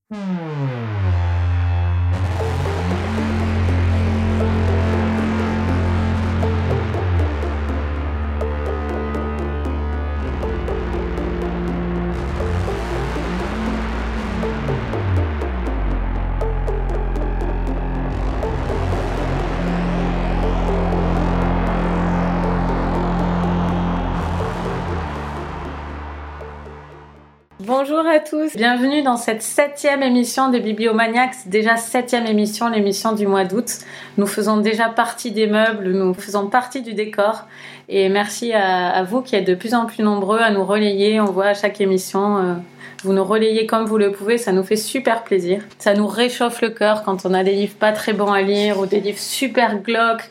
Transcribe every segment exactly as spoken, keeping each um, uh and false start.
Bonjour à tous, bienvenue dans cette septième émission des Bibliomaniacs, déjà septième émission, l'émission du mois d'août. Nous faisons déjà partie des meubles, nous faisons partie du décor et merci à, à vous qui êtes de plus en plus nombreux à nous relayer. On voit à chaque émission, euh, vous nous relayez comme vous le pouvez, ça nous fait super plaisir. Ça nous réchauffe le cœur quand on a des livres pas très bons à lire ou des livres super glauques.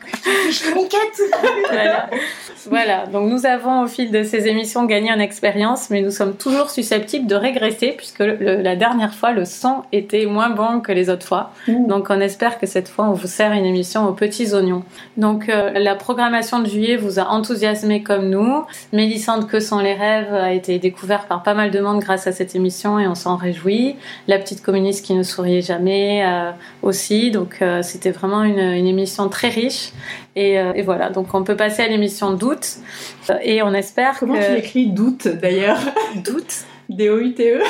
Voilà. Voilà, donc nous avons au fil de ces émissions gagné en expérience, mais nous sommes toujours susceptibles de régresser puisque le, la dernière fois, le son était moins bon que les autres fois. Mmh. Donc on espère que cette fois, on vous sert une émission aux petits oignons. Donc euh, la programmation de juillet vous a enthousiasmé comme nous. Mélissande, Que sont les rêves a été découvert par pas mal de monde grâce à cette émission et on s'en réjouit. La petite communiste qui ne souriait jamais euh, aussi, donc euh, c'était vraiment une, une émission très riche. Et, euh, et voilà, donc on peut passer à l'émission d'août euh, et on espère Comment que... Comment tu l'écris d'août d'ailleurs? D'août D O U T E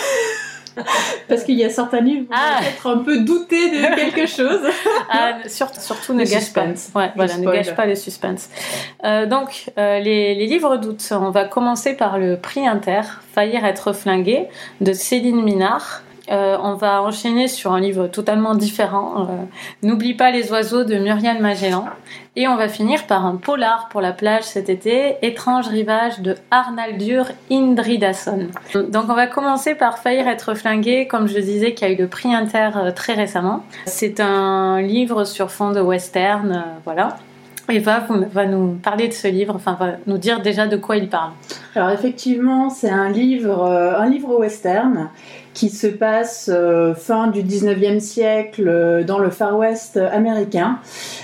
Parce qu'il y a certains livres qui ah. vont être un peu doutés de quelque chose. Ah, surtout, surtout ne gâche pas. Ouais, voilà, ne gâche pas le suspense. Euh, donc, euh, les, les livres d'août, on va commencer par le prix Inter, Faillir être flingué, de Céline Minard. Euh, on va enchaîner sur un livre totalement différent, euh, N'oublie pas les oiseaux de Muriel Magellan, et on va finir par un polar pour la plage cet été, Étrange rivage de Arnaldur Indridason. Donc on va commencer par Faillir être flingué, comme je le disais, qui a eu le prix Inter euh, très récemment. C'est un livre sur fond de western, euh, voilà. Eva va nous parler de ce livre, enfin va nous dire déjà de quoi il parle. Alors effectivement, c'est un livre, euh, un livre western qui se passe euh, fin du dix-neuvième siècle euh, dans le Far West américain.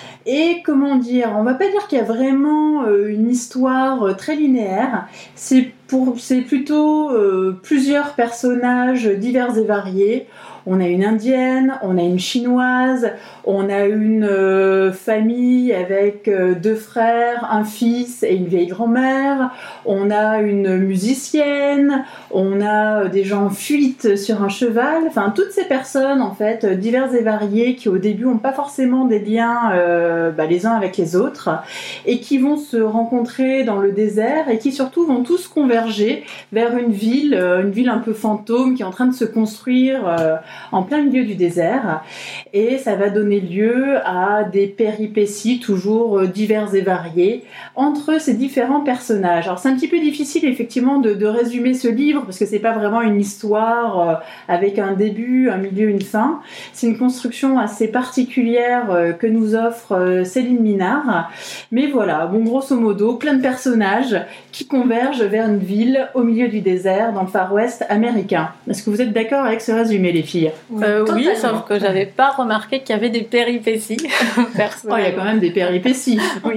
Et comment dire, on va pas dire qu'il y a vraiment euh, une histoire euh, très linéaire, c'est, pour, c'est plutôt euh, plusieurs personnages divers et variés. On a une indienne, on a une chinoise, on a une euh, famille avec euh, deux frères, un fils et une vieille grand-mère, on a une musicienne, on a des gens en fuite sur un cheval, enfin toutes ces personnes en fait diverses et variées qui au début n'ont pas forcément des liens euh, bah, les uns avec les autres et qui vont se rencontrer dans le désert et qui surtout vont tous converger vers une ville, euh, une ville un peu fantôme qui est en train de se construire euh, en plein milieu du désert et ça va donner lieu à des péripéties toujours diverses et variées entre ces différents personnages. Alors c'est un petit peu difficile effectivement de, de résumer ce livre parce que c'est pas vraiment une histoire avec un début, un milieu, une fin. C'est une construction assez particulière que nous offre Céline Minard. Mais voilà, bon grosso modo, plein de personnages qui convergent vers une ville au milieu du désert dans le Far West américain. Est-ce que vous êtes d'accord avec ce résumé les filles? Euh, oui, sauf que j'avais pas remarqué qu'il y avait des péripéties. Oh, il y a quand même des péripéties. Oui.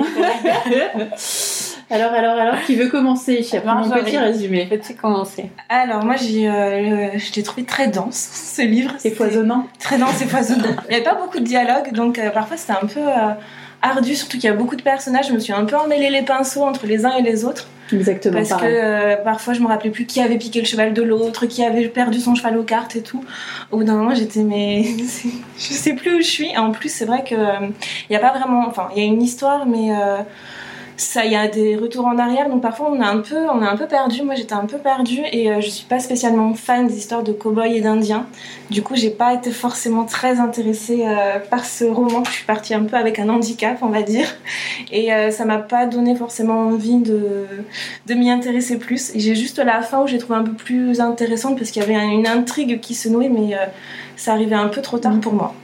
alors, alors, alors, qui veut commencer? Mon petit résumé. Peux-tu commencer? Alors, moi, j'ai, euh, je l'ai trouvé très dense, ce livre. C'est foisonnant. Très dense et foisonnant. Il n'y avait pas beaucoup de dialogue, donc euh, parfois c'était un peu euh, ardu, surtout qu'il y a beaucoup de personnages. Je me suis un peu emmêlée les pinceaux entre les uns et les autres. Exactement. Parce pareil. que euh, parfois je me rappelais plus qui avait piqué le cheval de l'autre, qui avait perdu son cheval aux cartes et tout. Au bout d'un moment j'étais mais je sais plus où je suis. Et en plus c'est vrai que il euh, y a pas vraiment, enfin il y a une histoire mais euh, ça, il y a des retours en arrière, donc parfois on est un peu, on est un peu perdu. Moi j'étais un peu perdue et euh, je suis pas spécialement fan des histoires de cow-boys et d'indiens. Du coup j'ai pas été forcément très intéressée euh, par ce roman. Je suis partie un peu avec un handicap on va dire et euh, ça m'a pas donné forcément envie de, de m'y intéresser plus. Et j'ai juste la fin où j'ai trouvé un peu plus intéressante parce qu'il y avait une intrigue qui se nouait mais euh, ça arrivait un peu trop tard pour moi.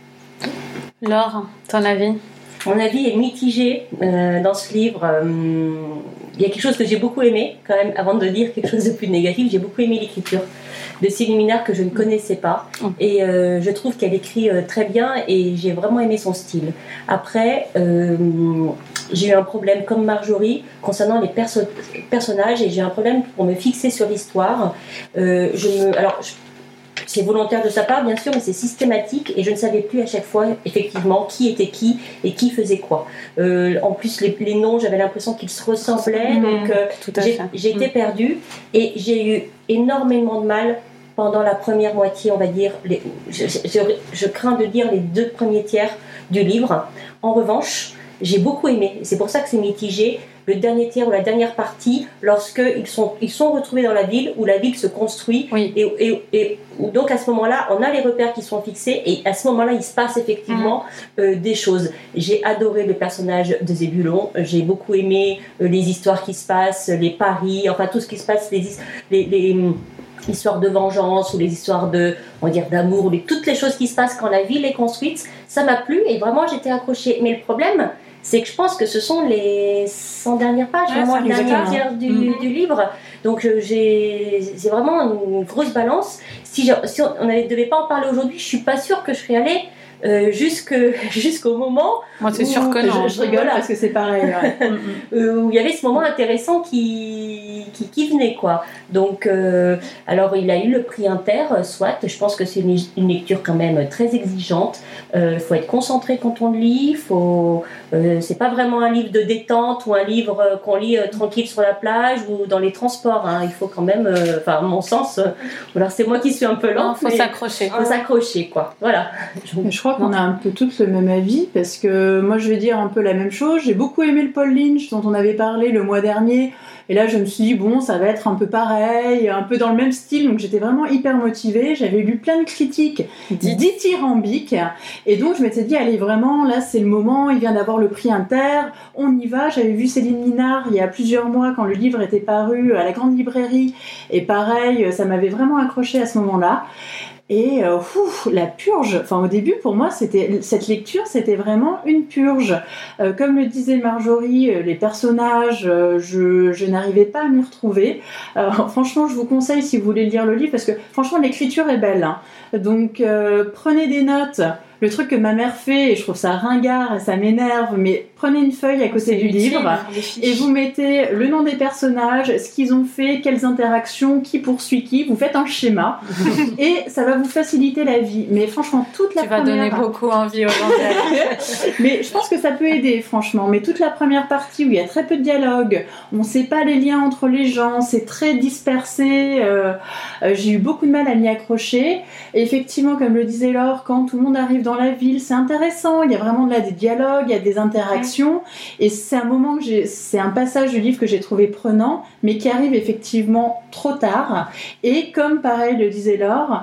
Laure, ton avis? Mon avis est mitigé euh, dans ce livre. Euh, il y a quelque chose que j'ai beaucoup aimé, quand même, avant de dire quelque chose de plus négatif. J'ai beaucoup aimé l'écriture de Céline Minard que je ne connaissais pas. Et euh, je trouve qu'elle écrit euh, très bien et j'ai vraiment aimé son style. Après, euh, j'ai eu un problème comme Marjorie concernant les perso- personnages et j'ai un problème pour me fixer sur l'histoire. Euh, je me, alors, je, c'est volontaire de sa part, bien sûr, mais c'est systématique et je ne savais plus à chaque fois, effectivement, qui était qui et qui faisait quoi. Euh, en plus, les, les noms, j'avais l'impression qu'ils se ressemblaient, mmh, donc euh, j'ai, j'ai été perdue et j'ai eu énormément de mal pendant la première moitié, on va dire, les, je, je, je crains de dire les deux premiers tiers du livre. En revanche, j'ai beaucoup aimé, c'est pour ça que c'est mitigé, le dernier tiers ou la dernière partie, lorsqu'ils sont, ils sont retrouvés dans la ville, où la ville se construit, oui. et, et, et donc à ce moment-là, on a les repères qui sont fixés, et à ce moment-là, il se passe effectivement mmh. euh, des choses. J'ai adoré le personnage de Zébulon, j'ai beaucoup aimé euh, les histoires qui se passent, les paris, enfin tout ce qui se passe, les... les, les histoires de vengeance ou les histoires de, on va dire, d'amour, ou les, toutes les choses qui se passent quand la ville est construite, ça m'a plu et vraiment j'étais accrochée. Mais le problème, c'est que je pense que ce sont les cent dernières pages, ouais, vraiment le dernier tiers du, mm-hmm. du livre. Donc j'ai, c'est vraiment une grosse balance. Si, je, si on ne devait pas en parler aujourd'hui, je suis pas sûre que je serais allée Euh, jusque, jusqu'au moment Moi, c'est sûr que non. Je, je rigole parce que c'est pareil. Ouais. euh, où il y avait ce moment intéressant qui, qui, qui venait, quoi. Donc, euh, alors, il a eu le prix Inter, soit. Je pense que c'est une, une lecture quand même très exigeante. Il euh, faut être concentré quand on le lit. Faut, euh, c'est pas vraiment un livre de détente ou un livre euh, qu'on lit euh, tranquille sur la plage ou dans les transports. Hein. Il faut quand même, enfin, euh, à mon sens, euh, alors c'est moi qui suis un peu lente. Il faut s'accrocher. Il faut s'accrocher, quoi. Voilà. Je, je crois qu'on a un peu tous le même avis parce que moi je vais dire un peu la même chose. J'ai beaucoup aimé le Paul Lynch dont on avait parlé le mois dernier et là je me suis dit bon ça va être un peu pareil, un peu dans le même style, donc j'étais vraiment hyper motivée. J'avais lu plein de critiques dithyrambiques et donc je m'étais dit allez vraiment là c'est le moment, il vient d'avoir le prix Inter, on y va. J'avais vu Céline Minard il y a plusieurs mois quand le livre était paru à la grande librairie et pareil ça m'avait vraiment accroché à ce moment-là. Et euh, ouf, la purge, enfin au début pour moi c'était, cette lecture c'était vraiment une purge. Euh, comme le disait Marjorie, euh, les personnages, euh, je, je n'arrivais pas à m'y retrouver. Euh, franchement je vous conseille si vous voulez lire le livre parce que franchement l'écriture est belle. Hein. Donc euh, prenez des notes. Le truc que ma mère fait, et je trouve ça ringard et ça m'énerve, mais prenez une feuille à côté c'est du utile, livre et vous mettez le nom des personnages, ce qu'ils ont fait, quelles interactions, qui poursuit qui, vous faites un schéma et ça va vous faciliter la vie. Mais franchement, toute la tu première... Tu vas donner beaucoup envie aux gens d'aller. Mais je pense que ça peut aider, franchement. Mais toute la première partie où il y a très peu de dialogue, on ne sait pas les liens entre les gens, c'est très dispersé, euh, euh, j'ai eu beaucoup de mal à m'y accrocher. Et effectivement, comme le disait Laure, quand tout le monde arrive dans la ville, c'est intéressant, il y a vraiment là des dialogues, il y a des interactions et c'est un moment que j'ai, c'est un passage du livre que j'ai trouvé prenant mais qui arrive effectivement trop tard et comme pareil le disait Laure,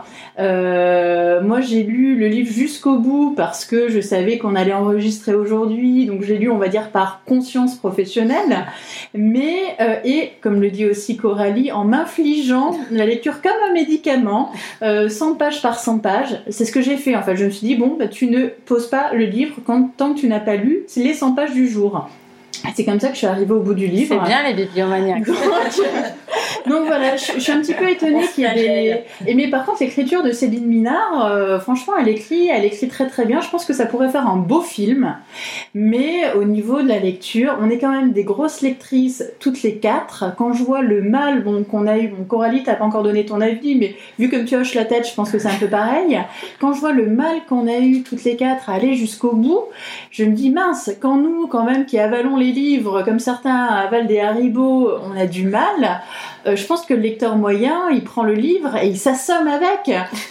euh, moi j'ai lu le livre jusqu'au bout parce que je savais qu'on allait enregistrer aujourd'hui, donc j'ai lu on va dire par conscience professionnelle mais euh, et comme le dit aussi Coralie, en m'infligeant la lecture comme un médicament, euh, cent pages par cent pages, c'est ce que j'ai fait en fait. Je me suis dit bon bah, tu ne poses pas le livre quand, tant que tu n'as pas lu les cent pages du jour. C'est comme ça que je suis arrivée au bout du livre. C'est bien les bibliomaniaques. Donc, donc voilà, je, je suis un petit peu étonnée qu'il y ait des... Et mais par contre, l'écriture de Céline Minard, euh, franchement, elle écrit, elle écrit très très bien. Je pense que ça pourrait faire un beau film. Mais au niveau de la lecture, on est quand même des grosses lectrices, toutes les quatre. Quand je vois le mal bon, qu'on a eu, bon, Coralie, t'as pas encore donné ton avis, mais vu comme tu hoches la tête, je pense que c'est un peu pareil. Quand je vois le mal qu'on a eu toutes les quatre à aller jusqu'au bout, je me dis mince, quand nous, quand même, qui avalons les livres, comme certains avalent des haribots, on a du mal. Euh, je pense que le lecteur moyen, il prend le livre et il s'assomme avec.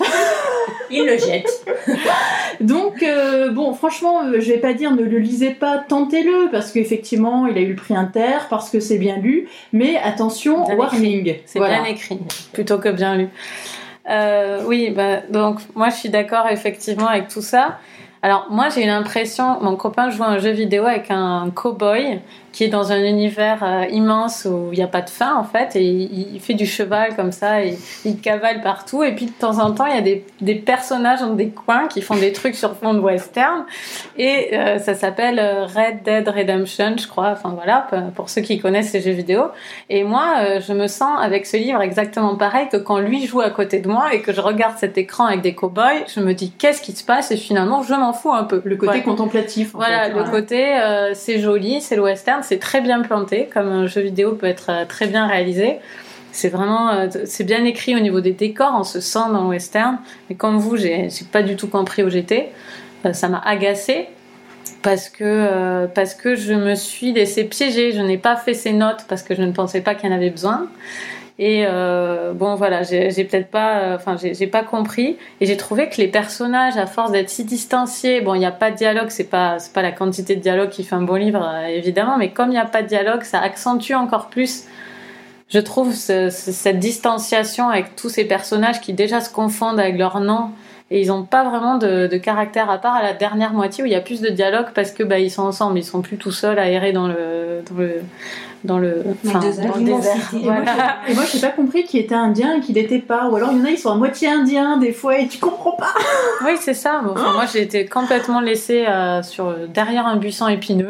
Il le jette. Donc, euh, bon, franchement, je vais pas dire ne le lisez pas, tentez-le, parce qu'effectivement, il a eu le prix Inter, parce que c'est bien lu, mais attention, bien warning. Écrit. C'est voilà. Bien écrit, plutôt que bien lu. Euh, oui, bah, donc moi je suis d'accord effectivement avec tout ça. Alors moi j'ai eu l'impression, mon copain joue à un jeu vidéo avec un cow-boy qui est dans un univers euh, immense où il n'y a pas de fin en fait, et il, il fait du cheval comme ça, et il cavale partout, et puis de temps en temps il y a des, des personnages dans des coins qui font des trucs sur fond de western, et euh, ça s'appelle Red Dead Redemption je crois, enfin voilà, pour ceux qui connaissent ces jeux vidéo. Et moi euh, je me sens avec ce livre exactement pareil que quand lui joue à côté de moi et que je regarde cet écran avec des cow-boys, je me dis qu'est-ce qui se passe, et finalement je m'en fous un peu. Le côté ouais. contemplatif en voilà, fait, le ouais. côté euh, c'est joli, c'est le western, c'est très bien planté, comme un jeu vidéo peut être très bien réalisé. c'est vraiment, euh, c'est bien écrit au niveau des décors, on se sent dans le western. Mais comme vous, j'ai, j'ai pas du tout compris où j'étais. Euh, ça m'a agacée parce que euh, parce que je me suis laissée piéger. Je n'ai pas fait ces notes parce que je ne pensais pas qu'il y en avait besoin. Et euh, bon voilà, j'ai, j'ai peut-être pas, enfin euh, j'ai, j'ai pas compris. Et j'ai trouvé que les personnages, à force d'être si distanciés, bon il y a pas de dialogue, c'est pas c'est pas la quantité de dialogue qui fait un bon livre euh, évidemment, mais comme il y a pas de dialogue, ça accentue encore plus, je trouve, ce, ce, cette distanciation avec tous ces personnages qui déjà se confondent avec leur nom. Et ils n'ont pas vraiment de, de caractère, à part à la dernière moitié où il y a plus de dialogue parce que bah ils sont ensemble, ils sont plus tout seuls à errer dans le dans le dans le, enfin, dans le désert. Voilà. Et moi, je n'ai pas compris qui était indien et qui l'était pas. Ou alors, il y en a, ils sont à moitié indiens des fois et tu comprends pas. Oui, c'est ça. Bon, enfin, moi, j'ai été complètement laissée euh, sur, derrière un buisson épineux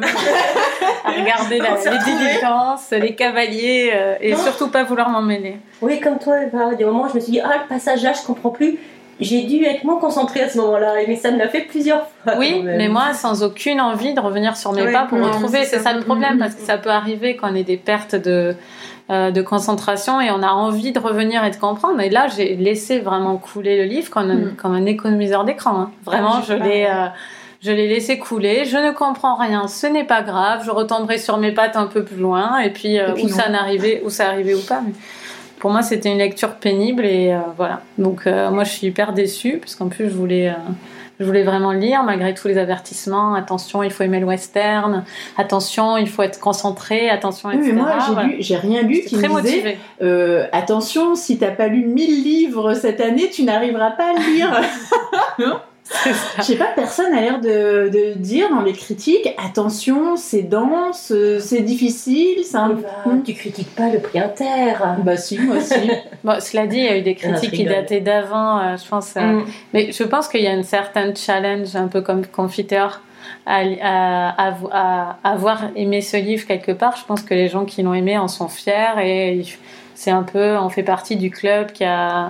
à regarder la, les diligences, les cavaliers euh, et surtout pas vouloir m'en mêler. Oui, comme toi, à des moments, je me suis dit, ah, le passage là, je comprends plus. J'ai dû être moins concentrée à ce moment-là, mais ça me l'a fait plusieurs fois. Oui, mais moi, sans aucune envie de revenir sur mes ouais, pas pour non, retrouver, c'est, c'est ça le problème, parce que ça peut arriver quand on ait des pertes de, euh, de concentration et on a envie de revenir et de comprendre. Et là, j'ai laissé vraiment couler le livre comme un, mm. comme un économiseur d'écran. Hein. Vraiment, ah, je l'ai... Euh, Je l'ai laissé couler, je ne comprends rien, ce n'est pas grave, je retomberai sur mes pattes un peu plus loin, et puis, euh, et puis où, ça n'arrivait, où ça arrivait ou pas. Mais pour moi, c'était une lecture pénible, et euh, voilà. Donc, euh, moi, je suis hyper déçue, parce qu'en plus, je voulais, euh, je voulais vraiment le lire, malgré tous les avertissements. Attention, il faut aimer le western. Attention, il faut être concentré. Attention, et cetera. Oui, mais moi, j'ai, voilà. lu, j'ai rien lu qui me disait euh, attention, si t'as pas lu mille livres cette année, tu n'arriveras pas à le lire. Non. Je sais pas, personne a l'air de, de dire dans les critiques attention, c'est dense, c'est difficile, c'est un... bah, tu critiques pas le prix Inter. Bah si, moi aussi. Bon, cela dit, il y a eu des critiques qui dataient d'avant, euh, je pense. Euh, mm. Mais je pense qu'il y a une certaine challenge, un peu comme Confiteor, à, à, à, à avoir aimé ce livre quelque part. Je pense que les gens qui l'ont aimé en sont fiers et c'est un peu, on fait partie du club qui a...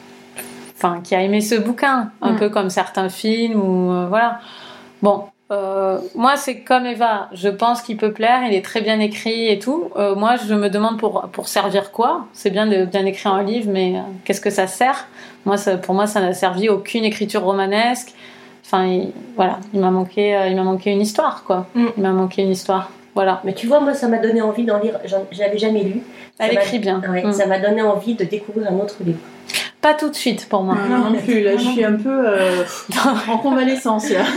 Enfin, qui a aimé ce bouquin, un mmh. peu comme certains films, ou euh, voilà. Bon, euh, moi, c'est comme Eva, je pense qu'il peut plaire, il est très bien écrit et tout. Euh, moi, je me demande pour, pour servir quoi ? C'est bien de bien écrire un livre, mais euh, qu'est-ce que ça sert ? Moi, ça, pour moi, ça n'a servi aucune écriture romanesque. Enfin, il, voilà, il m'a manqué, euh, il m'a manqué une histoire, quoi. Mmh. Il m'a manqué une histoire, voilà. Mais tu vois, moi, ça m'a donné envie d'en lire, je l'avais jamais lu. Elle ça écrit bien. Ouais, mmh. Ça m'a donné envie de découvrir un autre livre. Pas tout de suite pour moi. Non, non, non plus. Là, je suis un peu euh, en convalescence. Là.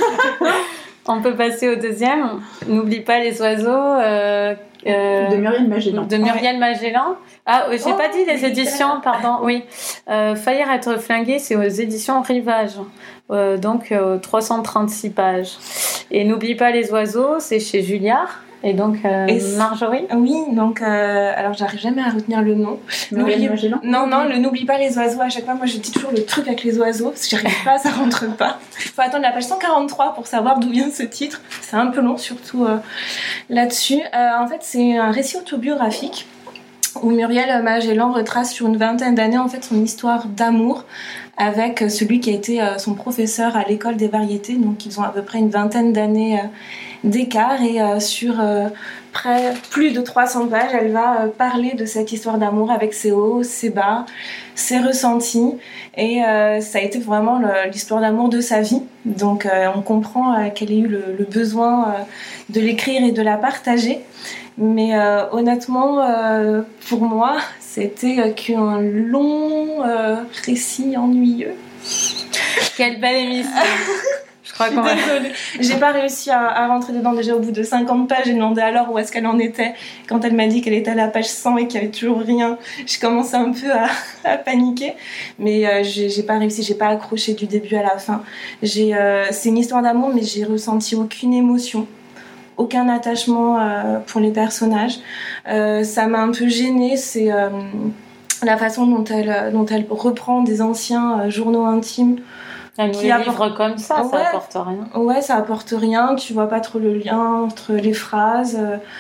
On peut passer au deuxième. N'oublie pas les oiseaux. Euh, euh, de Muriel Magellan. De Muriel Magellan. Ah, j'ai oh, pas dit les éditions, pardon. Oui. Euh, Faillir être flingué, c'est aux éditions Rivage. Euh, donc euh, trois cent trente-six pages. Et N'oublie pas les oiseaux, c'est chez Julliard. Et donc, euh, et Marjorie ? Oui, donc, euh, alors j'arrive jamais à retenir le nom. Muriel Magellan ? Non, non, le N'oublie pas les oiseaux. À chaque fois, moi je dis toujours le truc avec les oiseaux, parce que j'arrive pas, ça rentre pas. Il faut attendre la page cent quarante-trois pour savoir d'où vient ce titre. C'est un peu long, surtout euh, là-dessus. Euh, en fait, c'est un récit autobiographique où Muriel Magellan retrace sur une vingtaine d'années en fait son histoire d'amour avec celui qui a été euh, son professeur à l'école des variétés. Donc ils ont à peu près une vingtaine d'années euh, d'écart et euh, sur euh, près plus de trois cents pages, elle va euh, parler de cette histoire d'amour avec ses hauts, ses bas, ses ressentis et euh, ça a été vraiment le, l'histoire d'amour de sa vie. Donc euh, on comprend euh, qu'elle ait eu le, le besoin euh, de l'écrire et de la partager. Mais euh, honnêtement, euh, pour moi, c'était euh, qu'un long euh, récit ennuyeux. Quelle belle émission. Je crois qu'on va... J'ai pas réussi à, à rentrer dedans. Déjà au bout de cinquante pages, j'ai demandé alors où est-ce qu'elle en était. Quand elle m'a dit qu'elle était à la page cent et qu'il y avait toujours rien, je commençais un peu à, à paniquer. Mais euh, j'ai, j'ai pas réussi, j'ai pas accroché du début à la fin. J'ai, euh, c'est une histoire d'amour, mais j'ai ressenti aucune émotion. Aucun attachement euh, pour les personnages. Euh, ça m'a un peu gênée, c'est euh, la façon dont elle, dont elle reprend des anciens euh, journaux intimes. Elle nous les livre apport... comme ça, ouais, ça apporte rien. Ouais, ça apporte rien, tu vois pas trop le lien entre les phrases.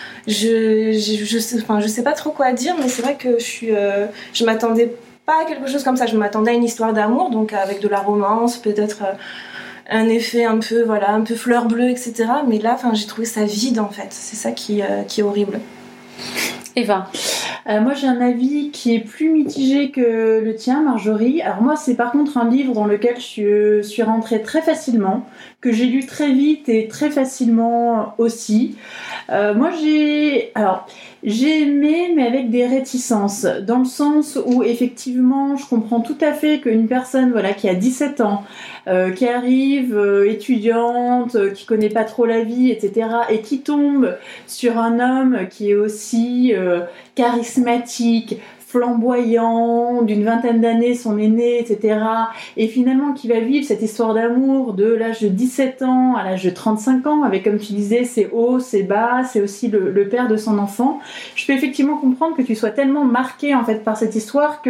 Je, je, je, sais, enfin, je sais pas trop quoi dire, mais c'est vrai que je, suis, euh, je m'attendais pas à quelque chose comme ça. Je m'attendais à une histoire d'amour, donc avec de la romance, peut-être... Euh, un effet un peu voilà un peu fleur bleue, etc. Mais là, enfin, j'ai trouvé ça vide en fait. C'est ça qui euh, qui est horrible. Eva. Euh, moi, j'ai un avis qui est plus mitigé que le tien, Marjorie. Alors moi, c'est par contre un livre dans lequel je suis, euh, suis rentrée très facilement, que j'ai lu très vite et très facilement aussi. Euh, moi, j'ai... Alors, j'ai aimé, mais avec des réticences, dans le sens où, effectivement, je comprends tout à fait qu'une personne voilà, qui a dix-sept ans, euh, qui arrive euh, étudiante, euh, qui connaît pas trop la vie, et cetera, et qui tombe sur un homme qui est aussi euh, charismatique, flamboyant, d'une vingtaine d'années, son aîné, et cetera, et finalement qui va vivre cette histoire d'amour de l'âge de dix-sept ans à l'âge de trente-cinq ans, avec, comme tu disais, ses hauts, ses bas, c'est aussi le, le père de son enfant. Je peux effectivement comprendre que tu sois tellement marqué en fait par cette histoire que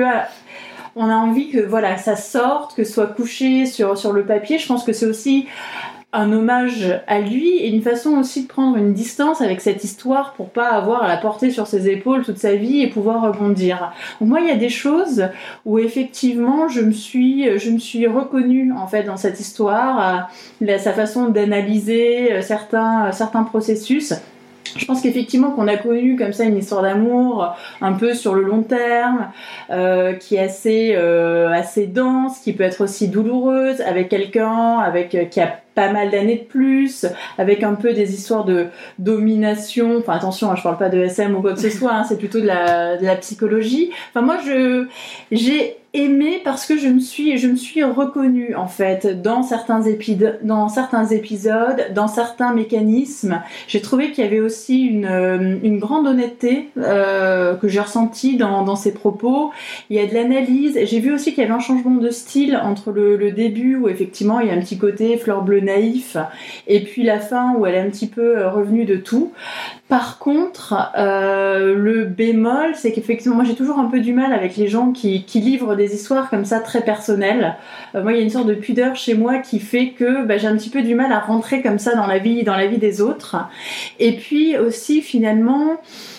on a envie que voilà, ça sorte, que ce soit couché sur, sur le papier. Je pense que c'est aussi un hommage à lui et une façon aussi de prendre une distance avec cette histoire pour pas avoir à la porter sur ses épaules toute sa vie et pouvoir rebondir. Donc moi, il y a des choses où effectivement je me suis, je me suis reconnue en fait dans cette histoire, euh, sa façon d'analyser euh, certains, euh, certains processus. Je pense qu'effectivement qu'on a connu comme ça une histoire d'amour un peu sur le long terme, euh, qui est assez, euh, assez dense, qui peut être aussi douloureuse, avec quelqu'un avec, euh, qui a pas mal d'années de plus, avec un peu des histoires de domination. Enfin attention, hein, je parle pas de S M ou quoi que ce soit, hein, c'est plutôt de la, de la psychologie. Enfin moi je, j'ai aimé parce que je me suis, je me suis reconnue en fait dans certains épisodes, dans certains épisodes, dans certains mécanismes. J'ai trouvé qu'il y avait aussi une, une grande honnêteté euh, que j'ai ressentie dans, dans ses propos. Il y a de l'analyse. J'ai vu aussi qu'il y avait un changement de style entre le, le début où effectivement il y a un petit côté fleur bleue naïf et puis la fin où elle est un petit peu revenue de tout. Par contre, euh, le bémol, c'est qu'effectivement, moi j'ai toujours un peu du mal avec les gens qui, qui livrent des histoires comme ça très personnelles. Euh, moi, il y a une sorte de pudeur chez moi qui fait que bah, j'ai un petit peu du mal à rentrer comme ça dans la vie, dans la vie des autres. Et puis aussi, finalement,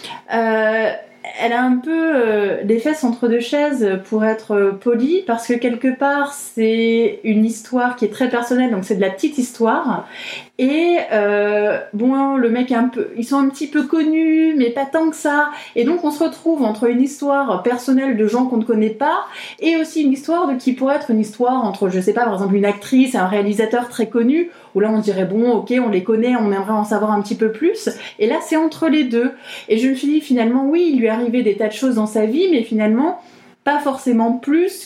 euh, elle a un peu euh, les fesses entre deux chaises pour être euh, polie, parce que quelque part c'est une histoire qui est très personnelle, donc c'est de la petite histoire. Et euh, bon, le mec est un peu, ils sont un petit peu connus, mais pas tant que ça. Et donc on se retrouve entre une histoire personnelle de gens qu'on ne connaît pas, et aussi une histoire de qui pourrait être une histoire entre, je sais pas, par exemple une actrice et un réalisateur très connu, où là on dirait bon, ok, on les connaît, on aimerait en savoir un petit peu plus. Et là c'est entre les deux. Et je me suis dit finalement oui, il lui est arrivé des tas de choses dans sa vie, mais finalement pas forcément plus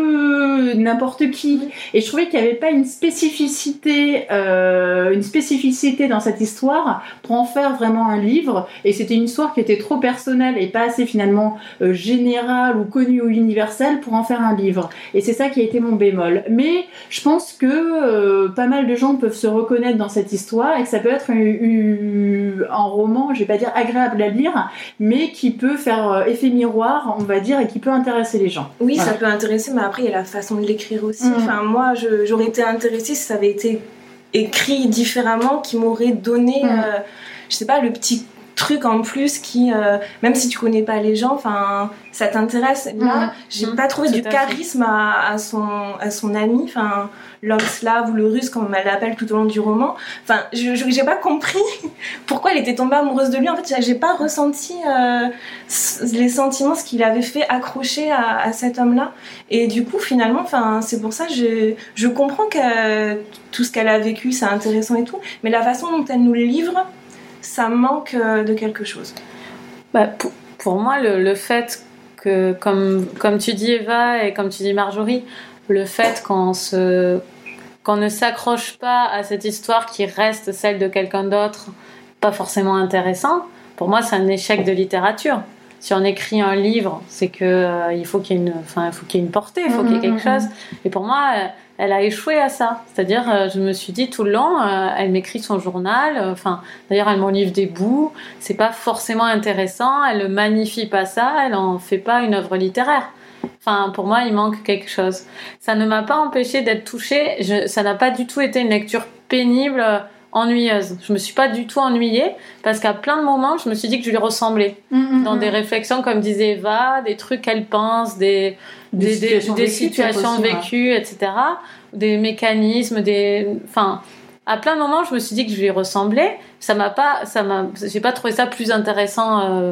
que n'importe qui. Et je trouvais qu'il n'y avait pas une spécificité, euh, une spécificité dans cette histoire pour en faire vraiment un livre. Et c'était une histoire qui était trop personnelle et pas assez finalement euh, générale ou connue ou universelle pour en faire un livre. Et c'est ça qui a été mon bémol. Mais je pense que euh, pas mal de gens peuvent se reconnaître dans cette histoire et que ça peut être une, une, un roman, je vais pas dire agréable à lire, mais qui peut faire effet miroir, on va dire, et qui peut intéresser les gens. Oui, voilà. Ça peut intéresser, mais après il y a la façon de l'écrire aussi. Mmh. Enfin, moi, je, j'aurais été intéressée si ça avait été écrit différemment, qui m'aurait donné, mmh. euh, je sais pas, le petit truc en plus qui, euh, même si tu connais pas les gens, enfin, ça t'intéresse. Là, mmh. j'ai mmh. pas trouvé du charisme à, à son, à son ami, enfin, l'homme slave ou le russe, comme elle l'appelle tout au long du roman. Enfin, je, je, j'ai pas compris pourquoi elle était tombée amoureuse de lui. En fait, j'ai pas ressenti euh, les sentiments, ce qu'il avait fait accrocher à, à cet homme-là. Et du coup, finalement, enfin, c'est pour ça que je, je comprends que tout ce qu'elle a vécu, c'est intéressant et tout, mais la façon dont elle nous le livre, ça manque de quelque chose. Bah, pour, pour moi, le, le fait que, comme, comme tu dis Eva et comme tu dis Marjorie, le fait qu'on, se, qu'on ne s'accroche pas à cette histoire qui reste celle de quelqu'un d'autre, pas forcément intéressant, pour moi c'est un échec de littérature. Si on écrit un livre, c'est qu'il euh, faut qu'il y ait une, enfin, il faut qu'il y ait une portée, il faut mmh, qu'il y ait quelque mmh. chose. Et pour moi, euh, elle a échoué à ça. C'est-à-dire, euh, je me suis dit tout le long, euh, elle m'écrit son journal, euh, enfin, d'ailleurs, elle m'en livre des bouts, c'est pas forcément intéressant, elle ne magnifie pas ça, elle en fait pas une œuvre littéraire. Enfin, pour moi, il manque quelque chose. Ça ne m'a pas empêché d'être touchée, je, ça n'a pas du tout été une lecture pénible, euh, ennuyeuse. Je me suis pas du tout ennuyée parce qu'à plein de moments, je me suis dit que je lui ressemblais. Mmh, dans mmh. des réflexions, comme disait Eva, des trucs qu'elle pense, des, des, des situations, des, des vécues, situations aussi, vécues, ouais. et cetera. Des mécanismes, des... Enfin, à plein de moments, je me suis dit que je lui ressemblais. Ça m'a pas... Ça m'a... J'ai pas trouvé ça plus intéressant... Euh,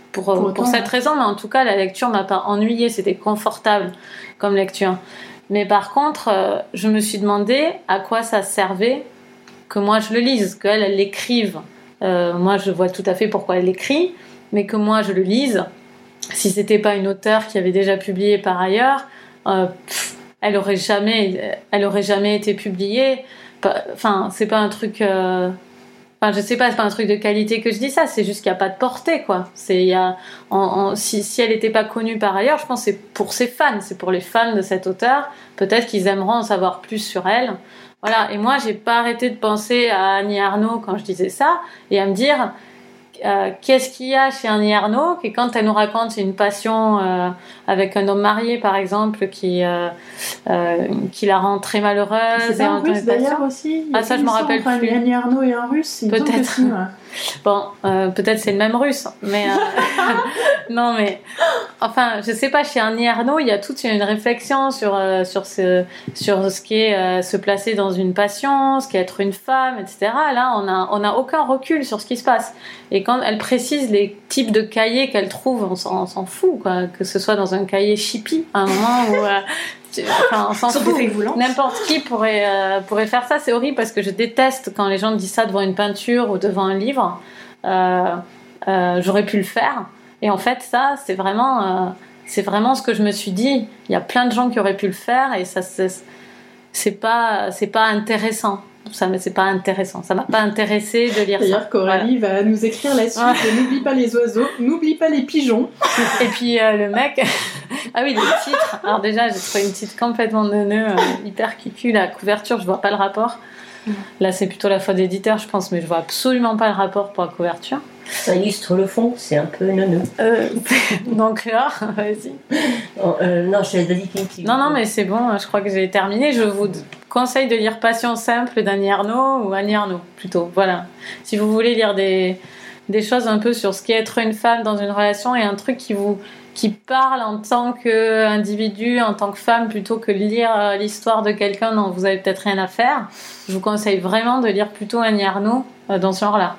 pour, pour, pour cette raison, mais en tout cas, la lecture m'a pas ennuyée, c'était confortable comme lecture. Mais par contre, euh, je me suis demandé à quoi ça servait que moi je le lise, qu'elle elle l'écrive. Euh, moi, je vois tout à fait pourquoi elle l'écrit, mais que moi je le lise. Si c'était pas une auteure qui avait déjà publié par ailleurs, euh, pff, elle aurait jamais, elle aurait jamais été publiée. Enfin, c'est pas un truc. Euh, Enfin, je sais pas, c'est pas un truc de qualité que je dis ça, c'est juste qu'il n'y a pas de portée, quoi. C'est, il y a, en, en, si, si elle n'était pas connue par ailleurs, je pense que c'est pour ses fans, c'est pour les fans de cet auteur. Peut-être qu'ils aimeraient en savoir plus sur elle. Voilà. Et moi, j'ai pas arrêté de penser à Annie Ernaux quand je disais ça, et à me dire, euh, qu'est-ce qu'il y a chez Annie Ernaux, que quand elle nous raconte une passion euh, avec un homme marié, par exemple, qui, euh, euh, qui la rend très malheureuse. C'est un russe d'ailleurs aussi. Ah, ça, je me rappelle plus. Annie Ernaux et un russe, il peut-être. Si, ouais. Bon, euh, peut-être c'est le même russe, mais euh, non, mais enfin, je sais pas. Chez Annie Ernaux, il y a toute une réflexion sur euh, sur ce sur ce qu'est euh, se placer dans une passion, ce qu'est être une femme, et cetera. Là, on a on a aucun recul sur ce qui se passe. Et quand elle précise les types de cahiers qu'elle trouve, on s'en, on s'en fout, quoi. Que ce soit dans un cahier Chippy, à un moment où euh, Enfin, on s'en fout. N'importe qui pourrait, euh, pourrait faire ça. C'est horrible parce que je déteste quand les gens disent ça devant une peinture ou devant un livre. Euh, euh, j'aurais pu le faire. Et en fait, ça, c'est vraiment, euh, c'est vraiment ce que je me suis dit. Il y a plein de gens qui auraient pu le faire et ça, c'est, c'est pas, c'est pas intéressant. Ça, mais c'est pas intéressant. Ça m'a pas intéressé de lire D'ailleurs, ça. Coralie voilà. va nous écrire la suite. Ouais. N'oublie pas les oiseaux, n'oublie pas les pigeons. Et puis euh, le mec, ah oui, le titre. Alors déjà, j'ai trouvé une titre complètement neuneux, euh, hyper cucu. La couverture, je vois pas le rapport. Là, c'est plutôt la faute d'éditeur, je pense, mais je vois absolument pas le rapport pour la couverture. Ça illustre le fond, c'est un peu neuneux. Euh, donc là, vas-y. Oh, euh, non, je te laisse dire. Non, non, mais c'est bon, je crois que j'ai terminé. Je vous conseille de lire Passion simple d'Annie Ernaux ou Annie Ernaux, plutôt. Voilà. Si vous voulez lire des, des choses un peu sur ce qu'est être une femme dans une relation et un truc qui vous qui parle en tant qu'individu, en tant que femme, plutôt que lire l'histoire de quelqu'un dont vous avez peut-être rien à faire, je vous conseille vraiment de lire plutôt Annie Ernaux dans ce genre-là.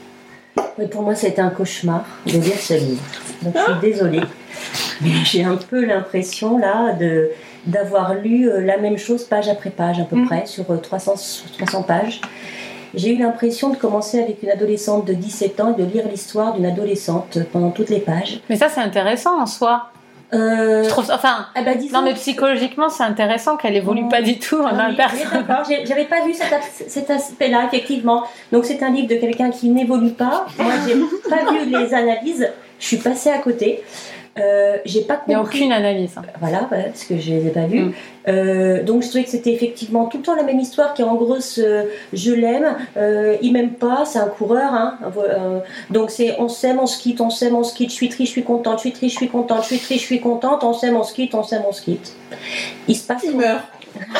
Oui, pour moi, ça a été un cauchemar de lire ce livre. Donc, je suis désolée. Mais j'ai un peu l'impression, là, de, d'avoir lu la même chose page après page, à peu mmh. près, sur trois cents, trois cents pages. J'ai eu l'impression de commencer avec une adolescente de dix-sept ans et de lire l'histoire d'une adolescente pendant toutes les pages. Mais ça, c'est intéressant en soi. Euh... Je trouve, enfin, eh ben, disons, non mais psychologiquement c'est intéressant qu'elle évolue mmh. pas du tout en un personnage. D'accord, j'avais pas vu cet, cet aspect-là effectivement. Donc c'est un livre de quelqu'un qui n'évolue pas. Moi j'ai pas vu les analyses, je suis passée à côté. Euh, j'ai pas compris. Il n'y a aucune analyse. Voilà, voilà, parce que je les ai pas vues. Mm. Euh, donc je trouvais que c'était effectivement tout le temps la même histoire qui est en gros ce, je l'aime, euh, il m'aime pas, c'est un coureur. Hein, euh, donc c'est on s'aime, on se quitte, on s'aime, on se quitte, je suis triste, je suis contente, je suis triste, je suis contente, je suis triste, je suis contente, on s'aime, on se quitte, on s'aime, on se quitte. Il se passe. Il meurt.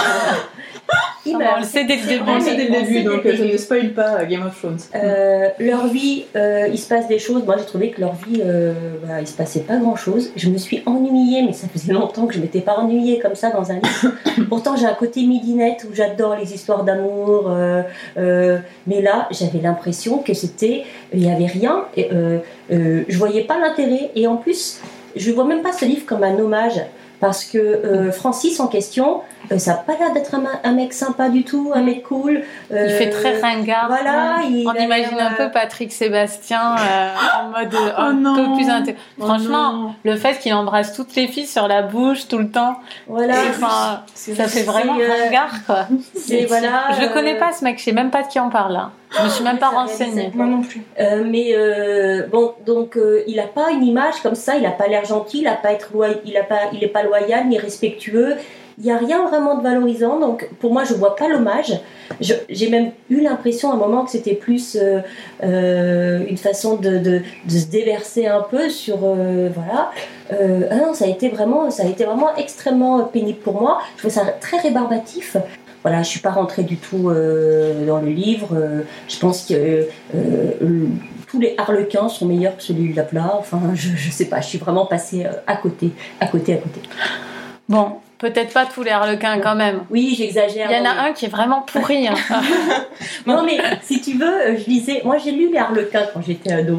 Il meurt. On le sait dès le début, on le sait dès le début donc je ne spoil pas Game of Thrones. Euh, leur vie, euh, il se passe des choses. Moi j'ai trouvé que leur vie, euh, bah, il se passait pas grand chose. Je me suis ennuyée, mais ça faisait longtemps que je m'étais pas ennuyée comme ça dans un livre. Pourtant j'ai un côté midinette où j'adore les histoires d'amour, euh, euh, mais là j'avais l'impression que c'était, il y avait rien. Et, euh, euh, je voyais pas l'intérêt et en plus je vois même pas ce livre comme un hommage. Parce que euh, Francis en question, euh, ça n'a pas l'air d'être un, un mec sympa du tout, un mec cool. Euh, il fait très ringard. Voilà. Il On imagine un peu Patrick Sébastien euh, en mode euh, oh un non. peu plus intelligent. Franchement, oh le fait qu'il embrasse toutes les filles sur la bouche tout le temps, voilà. Enfin, ça fait vraiment euh, ringard quoi. C'est, voilà, je le connais pas ce mec, je sais même pas de qui on parle là. Je me suis même pas renseignée. Moi non plus. Euh, mais euh, bon, donc euh, il a pas une image comme ça, il a pas l'air gentil, il a pas être loyal, il a pas, il est pas loyal ni respectueux. Il y a rien vraiment de valorisant. Donc pour moi, je vois pas l'hommage. Je, j'ai même eu l'impression à un moment que c'était plus euh, euh, une façon de, de, de se déverser un peu sur euh, voilà. Euh, ah non, ça a été vraiment, ça a été vraiment extrêmement pénible pour moi. Je trouve ça très rébarbatif. Voilà, je suis pas rentrée du tout euh, dans le livre. Euh, je pense que euh, euh, tous les harlequins sont meilleurs que celui-là plat. Enfin, je, je sais pas. Je suis vraiment passée euh, à côté, à côté, à côté. Bon, peut-être pas tous les harlequins quand même. Oui, j'exagère. Il y en a mais... un qui est vraiment pourri. Hein. Non, mais si tu veux, je lisais. Moi, j'ai lu les harlequins quand j'étais ado.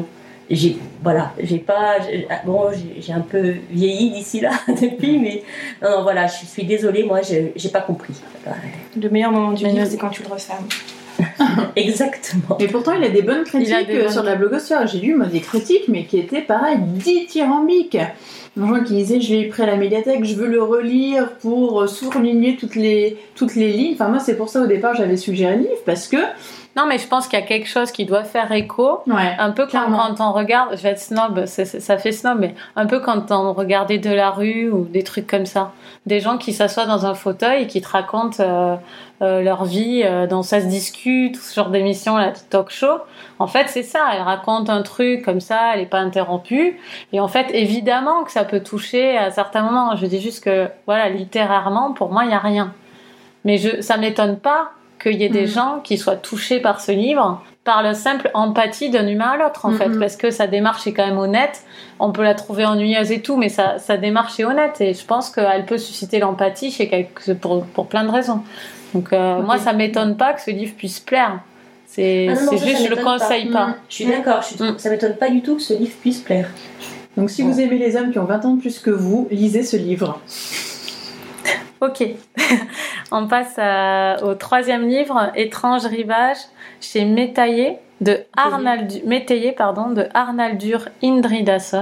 j'ai voilà, j'ai pas j'ai, bon, j'ai, j'ai un peu vieilli d'ici là depuis, mais non, non voilà, je suis désolée, moi, j'ai, j'ai pas compris. Le meilleur moment du livre, c'est quand tu le refermes. Exactement. Mais pourtant, il a des bonnes critiques des bonnes... sur la blogosphère. J'ai lu moi, des critiques, mais qui étaient pareil, dithyrambiques. Des gens qui disaient, je l'ai pris à la médiathèque, je veux le relire pour souligner toutes les, toutes les lignes. Enfin, moi, c'est pour ça, au départ, j'avais suggéré le livre, parce que... Non, mais je pense qu'il y a quelque chose qui doit faire écho. Ouais, un peu comme quand, quand on regarde, je vais être snob, c'est, c'est, ça fait snob, mais un peu quand on regardait de la rue ou des trucs comme ça. Des gens qui s'assoient dans un fauteuil et qui te racontent euh, euh, leur vie, euh, dont ça se discute, tout ce genre d'émission, là, talk show. En fait, c'est ça. Elle raconte un truc comme ça, elle n'est pas interrompue. Et en fait, évidemment que ça peut toucher à certains moments. Je dis juste que, voilà, littérairement, pour moi, il n'y a rien. Mais je, ça ne m'étonne pas qu'il y ait des mmh. gens qui soient touchés par ce livre, par la simple empathie d'un humain à l'autre, en mmh. fait, parce que sa démarche est quand même honnête. On peut la trouver ennuyeuse et tout, mais sa, sa démarche est honnête, et je pense qu'elle peut susciter l'empathie chez quelque, pour, pour plein de raisons. Donc euh, okay. moi, ça m'étonne pas que ce livre puisse plaire. C'est, ah non, c'est non, juste, je le conseille pas. pas. Mmh. Je suis d'accord, je suis, mmh. ça m'étonne pas du tout que ce livre puisse plaire. Donc si oh. vous aimez les hommes qui ont vingt ans de plus que vous, lisez ce livre. Ok, on passe à, au troisième livre, Étrange rivage, chez Métayer de Arnaldur, Métayer, pardon, de Arnaldur Indridason,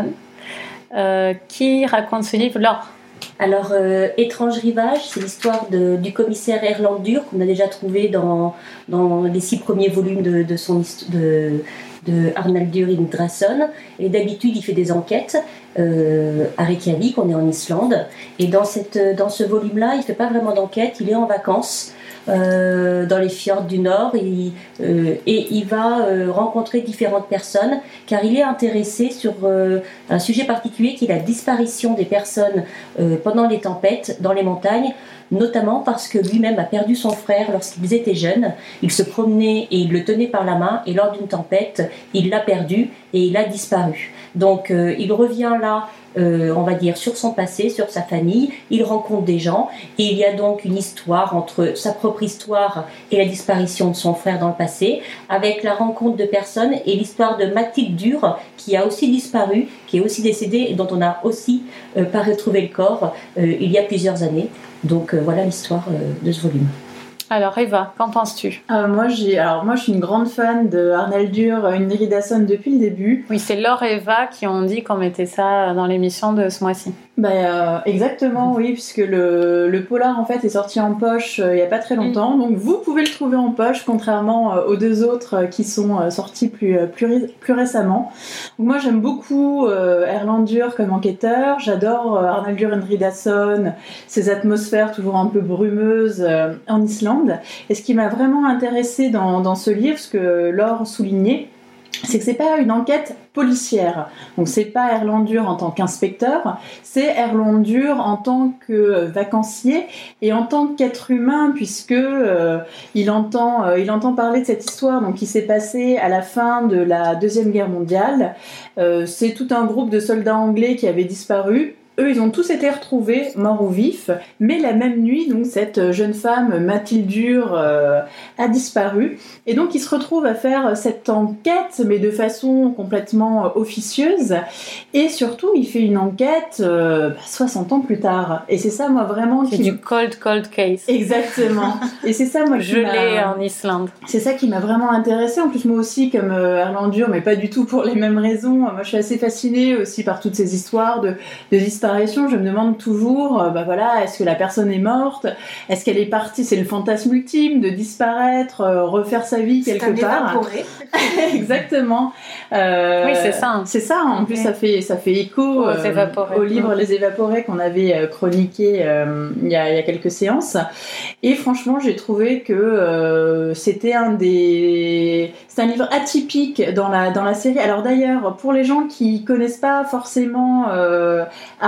euh, qui raconte ce livre. Laure. Alors, euh, Étrange rivage, c'est l'histoire de, du commissaire Erlendur qu'on a déjà trouvé dans, dans les six premiers volumes de, de son de, de Arnaldur Indridason. Et d'habitude, il fait des enquêtes euh, à Reykjavik, on est en Islande. Et dans, cette, dans ce volume-là, il ne fait pas vraiment d'enquête, il est en vacances. Euh, dans les fjords du Nord et, euh, et il va euh, rencontrer différentes personnes car il est intéressé sur euh, un sujet particulier qui est la disparition des personnes euh, pendant les tempêtes dans les montagnes, notamment parce que lui-même a perdu son frère lorsqu'ils étaient jeunes. Il se promenait et il le tenait par la main et lors d'une tempête, il l'a perdu et il a disparu. Donc euh, il revient là Euh, on va dire, sur son passé, sur sa famille. Il rencontre des gens et il y a donc une histoire entre sa propre histoire et la disparition de son frère dans le passé, avec la rencontre de personnes et l'histoire de Mathilde Dur, qui a aussi disparu, qui est aussi décédée et dont on n'a aussi euh, pas retrouvé le corps euh, il y a plusieurs années. Donc euh, voilà l'histoire euh, de ce volume. Alors Eva, qu'en penses-tu ? euh, moi, j'ai, alors moi je suis une grande fan de Arnaldur Indridason depuis le début. Oui, c'est Laure et Eva qui ont dit qu'on mettait ça dans l'émission de ce mois-ci. Bah, euh, exactement, oui, puisque le, le polar en fait est sorti en poche euh, il n'y a pas très longtemps, mmh. donc vous pouvez le trouver en poche, contrairement euh, aux deux autres euh, qui sont euh, sortis plus, euh, plus, ré- plus récemment. Donc, moi j'aime beaucoup euh, Erlendur comme enquêteur, j'adore euh, Arnaldur Indridason, ses atmosphères toujours un peu brumeuses euh, en Islande. Et ce qui m'a vraiment intéressée dans, dans ce livre, ce que Laure soulignait, c'est que c'est pas une enquête policière. Donc c'est pas Erlendur en tant qu'inspecteur, c'est Erlendur en tant que vacancier et en tant qu'être humain, puisque euh, il entend euh, il entend parler de cette histoire donc qui s'est passée à la fin de la Deuxième Guerre mondiale. Euh, c'est tout un groupe de soldats anglais qui avaient disparu. Eux, ils ont tous été retrouvés, morts ou vifs, mais la même nuit, donc cette jeune femme, Mathilde Dur, euh, a disparu. Et donc, ils se retrouvent à faire cette enquête, mais de façon complètement officieuse. Et surtout, il fait une enquête euh, soixante ans plus tard. Et c'est ça, moi, vraiment... C'est qui du m... cold, cold case. Exactement. Et c'est ça, moi, qui Je m'a... l'ai en Islande. C'est ça qui m'a vraiment intéressée. En plus, moi aussi, comme euh, Erlendur, mais pas du tout pour les mêmes raisons. Moi, je suis assez fascinée aussi par toutes ces histoires de, de disparition. Je me demande toujours, euh, bah voilà, est-ce que la personne est morte ? Est-ce qu'elle est partie ? C'est le fantasme ultime de disparaître, euh, refaire sa vie quelque c'est part. Évaporé. Exactement. Euh, oui, c'est ça. C'est ça. En okay. plus, ça fait ça fait écho euh, au livre Les Évaporés qu'on avait euh, chroniqué euh, il y a il y a quelques séances. Et franchement, j'ai trouvé que euh, c'était un des c'est un livre atypique dans la dans la série. Alors d'ailleurs, pour les gens qui connaissent pas forcément euh, Arnaud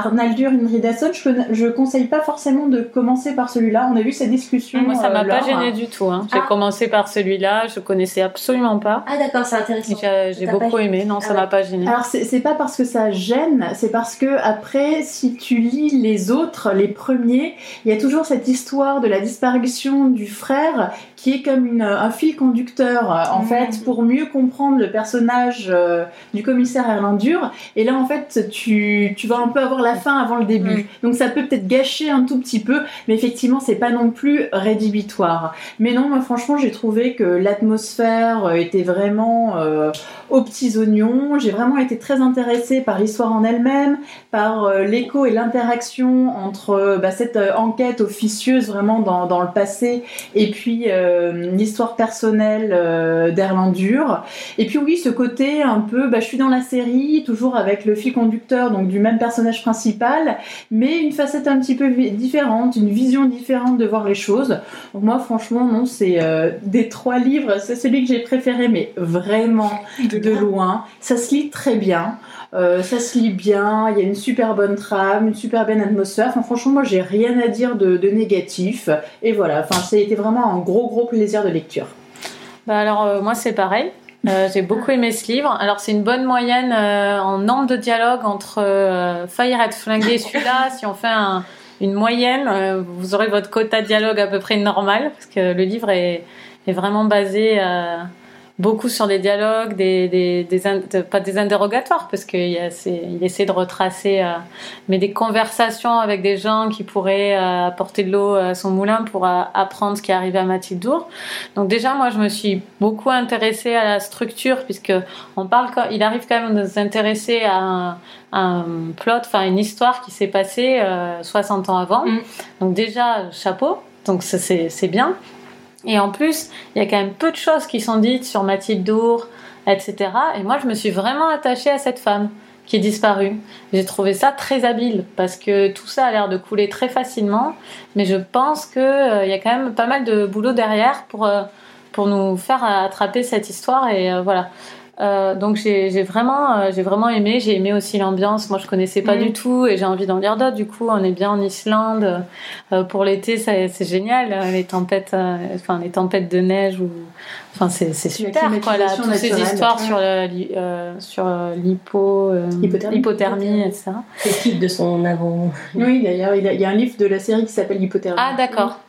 Arnaldur Indridason, je, je conseille pas forcément de commencer par celui-là. On a vu cette discussion. Moi, ça m'a euh, pas Laure. gêné du tout. Hein. J'ai Ah. commencé par celui-là, je connaissais absolument pas. Ah d'accord, c'est intéressant. J'ai, j'ai beaucoup pas... aimé, non, ah, ça ouais. m'a pas gêné. Alors c'est, c'est pas parce que ça gêne, c'est parce que après, si tu lis les autres, les premiers, il y a toujours cette histoire de la disparition du frère qui est comme une, un fil conducteur en mmh. fait pour mieux comprendre le personnage euh, du commissaire Erlendur. Et là en fait, tu, tu vas un peu avoir la fin avant le début. Mmh. Donc ça peut peut-être gâcher un tout petit peu, mais effectivement c'est pas non plus rédhibitoire. Mais non, moi franchement j'ai trouvé que l'atmosphère était vraiment euh, aux petits oignons. J'ai vraiment été très intéressée par l'histoire en elle-même, par euh, l'écho et l'interaction entre euh, bah, cette euh, enquête officieuse vraiment dans, dans le passé et puis euh, l'histoire personnelle euh, d'Erlendur. Et puis oui, ce côté un peu, bah, je suis dans la série, toujours avec le fil conducteur donc du même personnage principal, mais une facette un petit peu vi- différente, une vision différente de voir les choses. Donc moi franchement non, c'est euh, des trois livres, c'est celui que j'ai préféré, mais vraiment de, de loin. Ça se lit très bien. Euh, ça se lit bien, il y a une super bonne trame, une super bonne atmosphère. Enfin, franchement, moi, j'ai rien à dire de, de négatif. Et voilà, enfin, ça a été vraiment un gros, gros plaisir de lecture. Bah alors, euh, moi, c'est pareil. Euh, j'ai beaucoup aimé ce livre. Alors, c'est une bonne moyenne euh, en nombre de dialogues entre euh, Faillir être flingué et celui-là. Si on fait un, une moyenne, euh, vous aurez votre quota de dialogue à peu près normal, parce que le livre est, est vraiment basé... Euh, beaucoup sur des dialogues, des, des, des, des pas des interrogatoires parce qu'il il essaie de retracer, euh, mais des conversations avec des gens qui pourraient euh, apporter de l'eau à son moulin pour euh, apprendre ce qui est arrivé à Mathilde Dour. Donc déjà, moi, je me suis beaucoup intéressée à la structure puisque on parle, il arrive quand même de s'intéresser à un, un plot, enfin une histoire qui s'est passée euh, soixante ans avant. Mmh. Donc déjà, chapeau. Donc ça, c'est, c'est bien. Et en plus, il y a quand même peu de choses qui sont dites sur Mathilde Dour, et cetera. Et moi, je me suis vraiment attachée à cette femme qui est disparue. J'ai trouvé ça très habile parce que tout ça a l'air de couler très facilement. Mais je pense qu'il euh, y a quand même pas mal de boulot derrière pour, euh, pour nous faire attraper cette histoire. Et euh, voilà. Euh, donc j'ai, j'ai, vraiment, euh, j'ai vraiment aimé. J'ai aimé aussi l'ambiance. Moi, je connaissais pas mmh. du tout et j'ai envie d'en lire d'autres. Du coup, on est bien en Islande. Euh, pour l'été, ça, c'est génial. Les tempêtes, euh, enfin, les tempêtes de neige. Ou... Enfin, c'est, c'est super. Quoi, là, toutes ces histoires ouais. sur, le, euh, sur l'hypo, euh, l'hypothermie, l'hypothermie, et cetera. C'est le titre de son avant. Oui, d'ailleurs, il, a, il y a un livre de la série qui s'appelle Hypothermie. Ah, d'accord.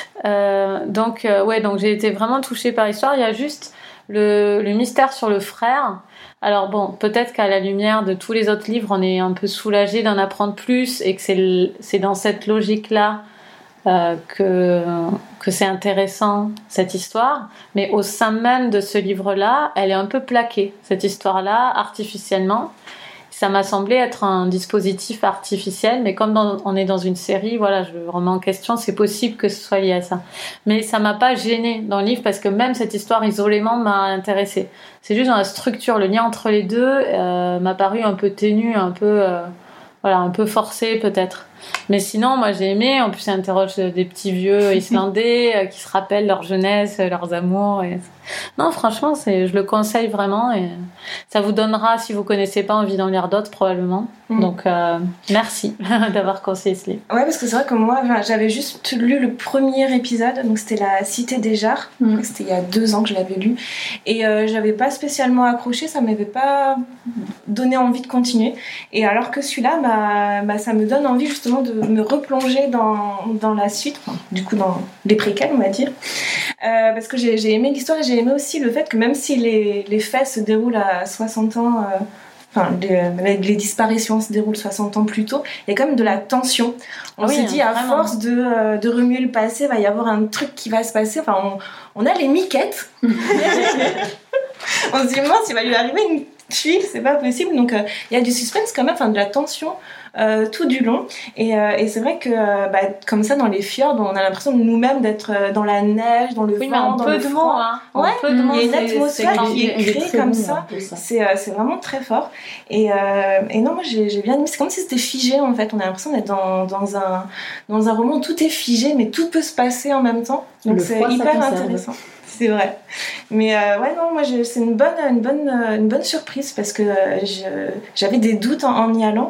Euh, donc, euh, ouais, donc j'ai été vraiment touchée par l'histoire. Il y a juste Le, le mystère sur le frère. Alors bon, peut-être qu'à la lumière de tous les autres livres, on est un peu soulagé d'en apprendre plus et que c'est, le, c'est dans cette logique-là euh, que, que c'est intéressant, cette histoire. Mais au sein même de ce livre-là, elle est un peu plaquée, cette histoire-là, artificiellement. Ça m'a semblé être un dispositif artificiel, mais comme dans, on est dans une série, voilà, je remets en question, c'est possible que ce soit lié à ça. Mais ça m'a pas gênée dans le livre parce que même cette histoire isolément m'a intéressée. C'est juste dans la structure, le lien entre les deux euh, m'a paru un peu ténu, un peu, euh, voilà, un peu forcé peut-être. Mais sinon, moi j'ai aimé. En plus, ça interroge des petits vieux islandais euh, qui se rappellent leur jeunesse, leurs amours. Et... Non, franchement, c'est, je le conseille vraiment. Et ça vous donnera, si vous connaissez pas, envie d'en lire d'autres probablement. Mmh. Donc, euh, merci d'avoir conseillé ce livre. Ouais, parce que c'est vrai que moi, j'avais juste lu le premier épisode. Donc, c'était La Cité des Jarres. Mmh. C'était il y a deux ans que je l'avais lu. Et euh, j'avais pas spécialement accroché. Ça m'avait pas donné envie de continuer. Et alors que celui-là, bah, bah, ça me donne envie justement de me replonger dans, dans la suite, enfin, du coup dans les préquels on va dire, euh, parce que j'ai, j'ai aimé l'histoire et j'ai aimé aussi le fait que même si les, les faits se déroulent à soixante ans, euh, enfin les, les disparitions se déroulent soixante ans plus tôt, il y a quand même de la tension. On oui, se dit à vraiment. force de, euh, de remuer le passé, il va y avoir un truc qui va se passer, enfin on, on a les miquettes. On se dit mince, il va lui arriver une tuile, c'est pas possible, donc il euh, y a du suspense quand même, enfin de la tension Euh, tout du long et, euh, et c'est vrai que euh, bah, comme ça dans les fjords on a l'impression de nous-mêmes d'être euh, dans la neige, dans le oui, vent, dans le de froid hein. ouais, peu de il y a une atmosphère c'est, qui est créée comme bon, ça, ça. C'est, euh, c'est vraiment très fort et, euh, et non moi j'ai, j'ai bien aimé, c'est comme si c'était figé en fait, on a l'impression d'être dans, dans, un, dans un roman où tout est figé mais tout peut se passer en même temps, donc le c'est froid, hyper intéressant. C'est vrai. Mais euh, ouais, non, moi, je, c'est une bonne, une, bonne, une bonne surprise parce que euh, je, j'avais des doutes en, en y allant.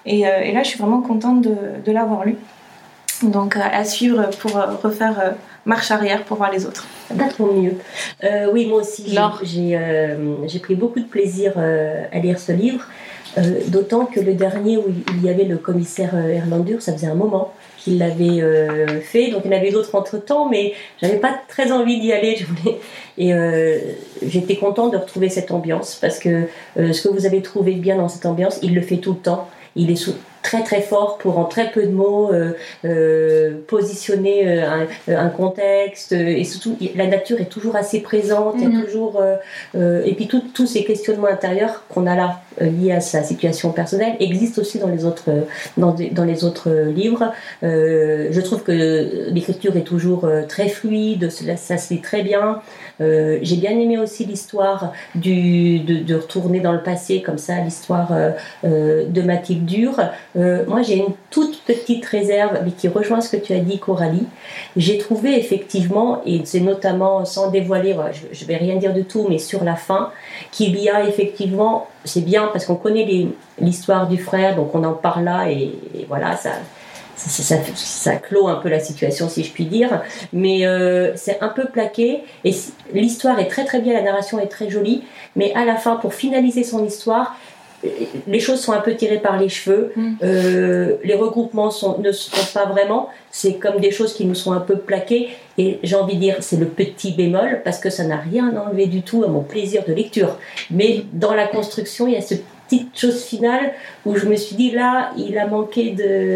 Et, euh, et là, je suis vraiment contente de, de l'avoir lu. Donc, à suivre pour refaire euh, marche arrière pour voir les autres. Pas trop mieux. Euh, oui, moi aussi, j'ai, j'ai, euh, j'ai pris beaucoup de plaisir euh, à lire ce livre. Euh, d'autant que le dernier où il y avait le commissaire euh, Erlander, ça faisait un moment qu'il l'avait euh, fait, donc il y en avait d'autres entre temps, mais j'avais pas très envie d'y aller. Je voulais... Et euh, j'étais contente de retrouver cette ambiance parce que euh, ce que vous avez trouvé bien dans cette ambiance, il le fait tout le temps. Il est sous... très très fort pour en très peu de mots euh, euh, positionner euh, un, un contexte euh, et surtout la nature est toujours assez présente, mmh. il y a toujours euh, euh, et puis tous ces questionnements intérieurs qu'on a là euh, liés à sa situation personnelle existent aussi dans les autres dans, des, dans les autres livres. Euh, je trouve que l'écriture est toujours euh, très fluide, ça, ça se lit très bien. Euh, j'ai bien aimé aussi l'histoire du, de, de retourner dans le passé comme ça, l'histoire euh, euh, de Mathilde Dure. Euh, moi j'ai une toute petite réserve mais qui rejoint ce que tu as dit, Coralie. J'ai trouvé effectivement, et c'est notamment sans dévoiler, je ne vais rien dire de tout, mais sur la fin, qu'il y a effectivement, c'est bien parce qu'on connaît les, l'histoire du frère, donc on en parle là et, et voilà, ça... Ça, ça, ça clôt un peu la situation si je puis dire, mais euh, c'est un peu plaqué et l'histoire est très très bien, la narration est très jolie, mais à la fin pour finaliser son histoire les choses sont un peu tirées par les cheveux, mmh. euh, les regroupements sont, ne se font pas vraiment, c'est comme des choses qui nous sont un peu plaquées et j'ai envie de dire c'est le petit bémol parce que ça n'a rien enlevé du tout à mon plaisir de lecture, mais dans la construction il y a ce petite chose finale où je me suis dit là il a manqué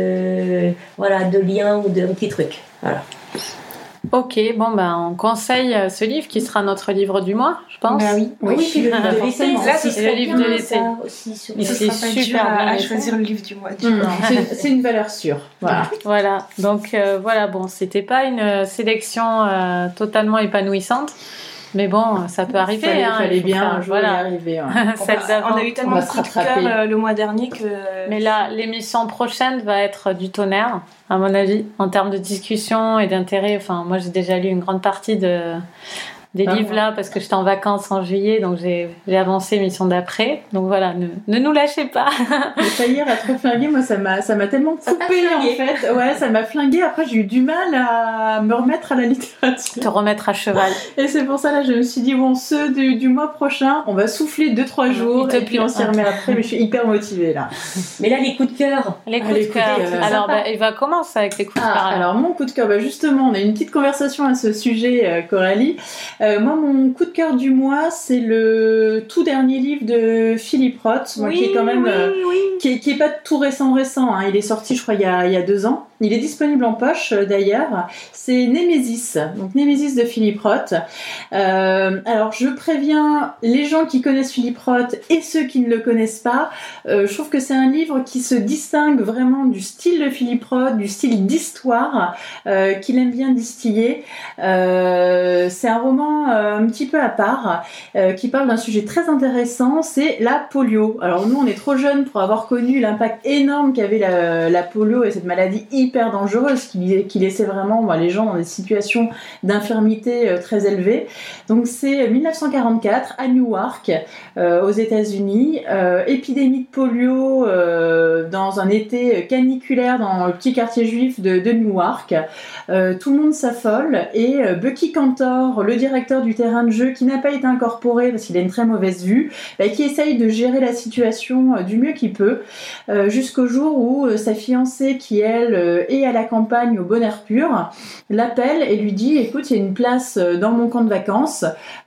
de voilà de lien ou d'un petit truc, voilà. Ok, bon ben on conseille ce livre qui sera notre livre du mois, je pense. Ben oui, oui, oui, le livre de l'été, là c'est le livre de l'été. Aussi, sur... Il c'est super bien à, à choisir le livre du mois. Du mmh, c'est, c'est une valeur sûre. Voilà. Voilà. Donc euh, voilà, bon, c'était pas une sélection euh, totalement épanouissante. Mais bon, ça peut arriver. Il fallait, hein, fallait bien faire, un jour voilà. y arriver. Ouais. on, on a eu tellement de coups de cœur euh, le mois dernier que... Mais là, l'émission prochaine va être du tonnerre, à mon avis, en termes de discussion et d'intérêt. Enfin, moi, j'ai déjà lu une grande partie de... des ah, livres là, parce que j'étais en vacances en juillet, donc j'ai, j'ai avancé l'émission d'après. Donc voilà, ne, ne nous lâchez pas. Le faillir à trop flinguer, moi ça m'a, ça m'a tellement coupé en fait. Ouais, ça m'a flingué. Après, j'ai eu du mal à me remettre à la littérature. Te remettre à cheval. Et c'est pour ça là, je me suis dit, bon, ceux du, du mois prochain, on va souffler deux trois jours et puis on s'y remet après. Mais je suis hyper motivée là. Mais là, les coups de cœur. Les coups, ah, les de, coups de cœur. Alors, bah, il va commencer avec les coups de cœur. Ah, alors, mon coup de cœur, bah, justement, on a eu une petite conversation à ce sujet, euh, Coralie. Euh, moi, mon coup de cœur du mois, c'est le tout dernier livre de Philippe Roth, moi, oui, qui est quand même, oui, euh, oui. qui, est, qui est pas tout récent récent. Hein. Il est sorti, je crois, il y a, il y a deux ans. Il est disponible en poche euh, d'ailleurs. C'est Némésis, donc Némésis de Philippe Roth. Euh, alors, je préviens les gens qui connaissent Philippe Roth et ceux qui ne le connaissent pas. Euh, je trouve que c'est un livre qui se distingue vraiment du style de Philippe Roth, du style d'histoire euh, qu'il aime bien distiller. Euh, c'est un roman euh, un petit peu à part euh, qui parle d'un sujet très intéressant, c'est la polio. Alors nous, on est trop jeunes pour avoir connu l'impact énorme qu'avait la, la polio et cette maladie hyper dangereuse qui, qui laissait vraiment moi, les gens dans des situations d'infirmité euh, très élevées. Donc c'est dix-neuf cent quarante-quatre à Newark, euh, aux États-Unis, euh, épidémie de polio euh, dans un été caniculaire dans le petit quartier juif de, de Newark. Euh, tout le monde s'affole et euh, Bucky Cantor, le directeur du terrain de jeu qui n'a pas été incorporé parce qu'il a une très mauvaise vue, bah, qui essaye de gérer la situation euh, du mieux qu'il peut, euh, jusqu'au jour où euh, sa fiancée qui elle euh, est à la campagne au bon air pur, l'appelle et lui dit écoute, il y a une place dans mon camp de vacances,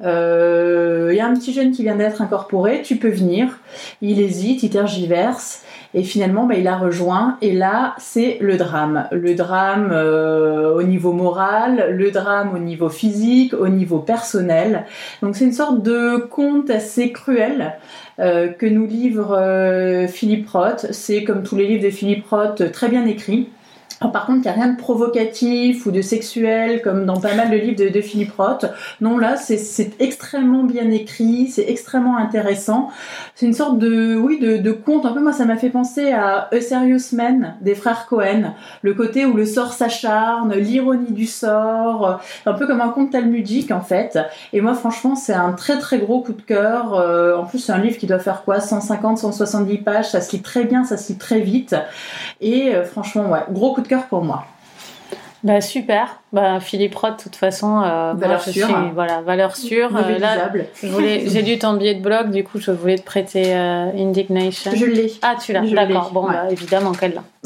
euh, il y a un petit jeune qui vient d'être incorporé, tu peux venir. Il hésite, il tergiverse et finalement bah, il la rejoint et là c'est le drame le drame euh, au niveau moral, le drame au niveau physique, au niveau personnel. Donc c'est une sorte de conte assez cruel euh, que nous livre euh, Philippe Roth. C'est comme tous les livres de Philippe Roth, très bien écrit. Par contre, il n'y a rien de provocatif ou de sexuel comme dans pas mal de livres de, de Philippe Roth. Non, là, c'est, c'est extrêmement bien écrit, c'est extrêmement intéressant. C'est une sorte de, oui, de, de conte. Un peu, moi, ça m'a fait penser à A Serious Man des frères Cohen. Le côté où le sort s'acharne, l'ironie du sort, un peu comme un conte talmudique, en fait. Et moi, franchement, c'est un très, très gros coup de cœur. Euh, en plus, c'est un livre qui doit faire quoi, cent cinquante, cent soixante-dix pages. Ça se lit très bien, ça se lit très vite. Et euh, franchement, ouais, gros coup de cœur pour moi. Bah super, bah Philippe Roth de toute façon euh, valeur moi, je sûre, suis, voilà, valeur sûre. Euh, là, je voulais, j'ai lu ton billet de blog, du coup je voulais te prêter euh, Indignation. Je l'ai. Ah tu l'as, je d'accord. l'ai. Bon ouais. bah évidemment qu'elle l'a.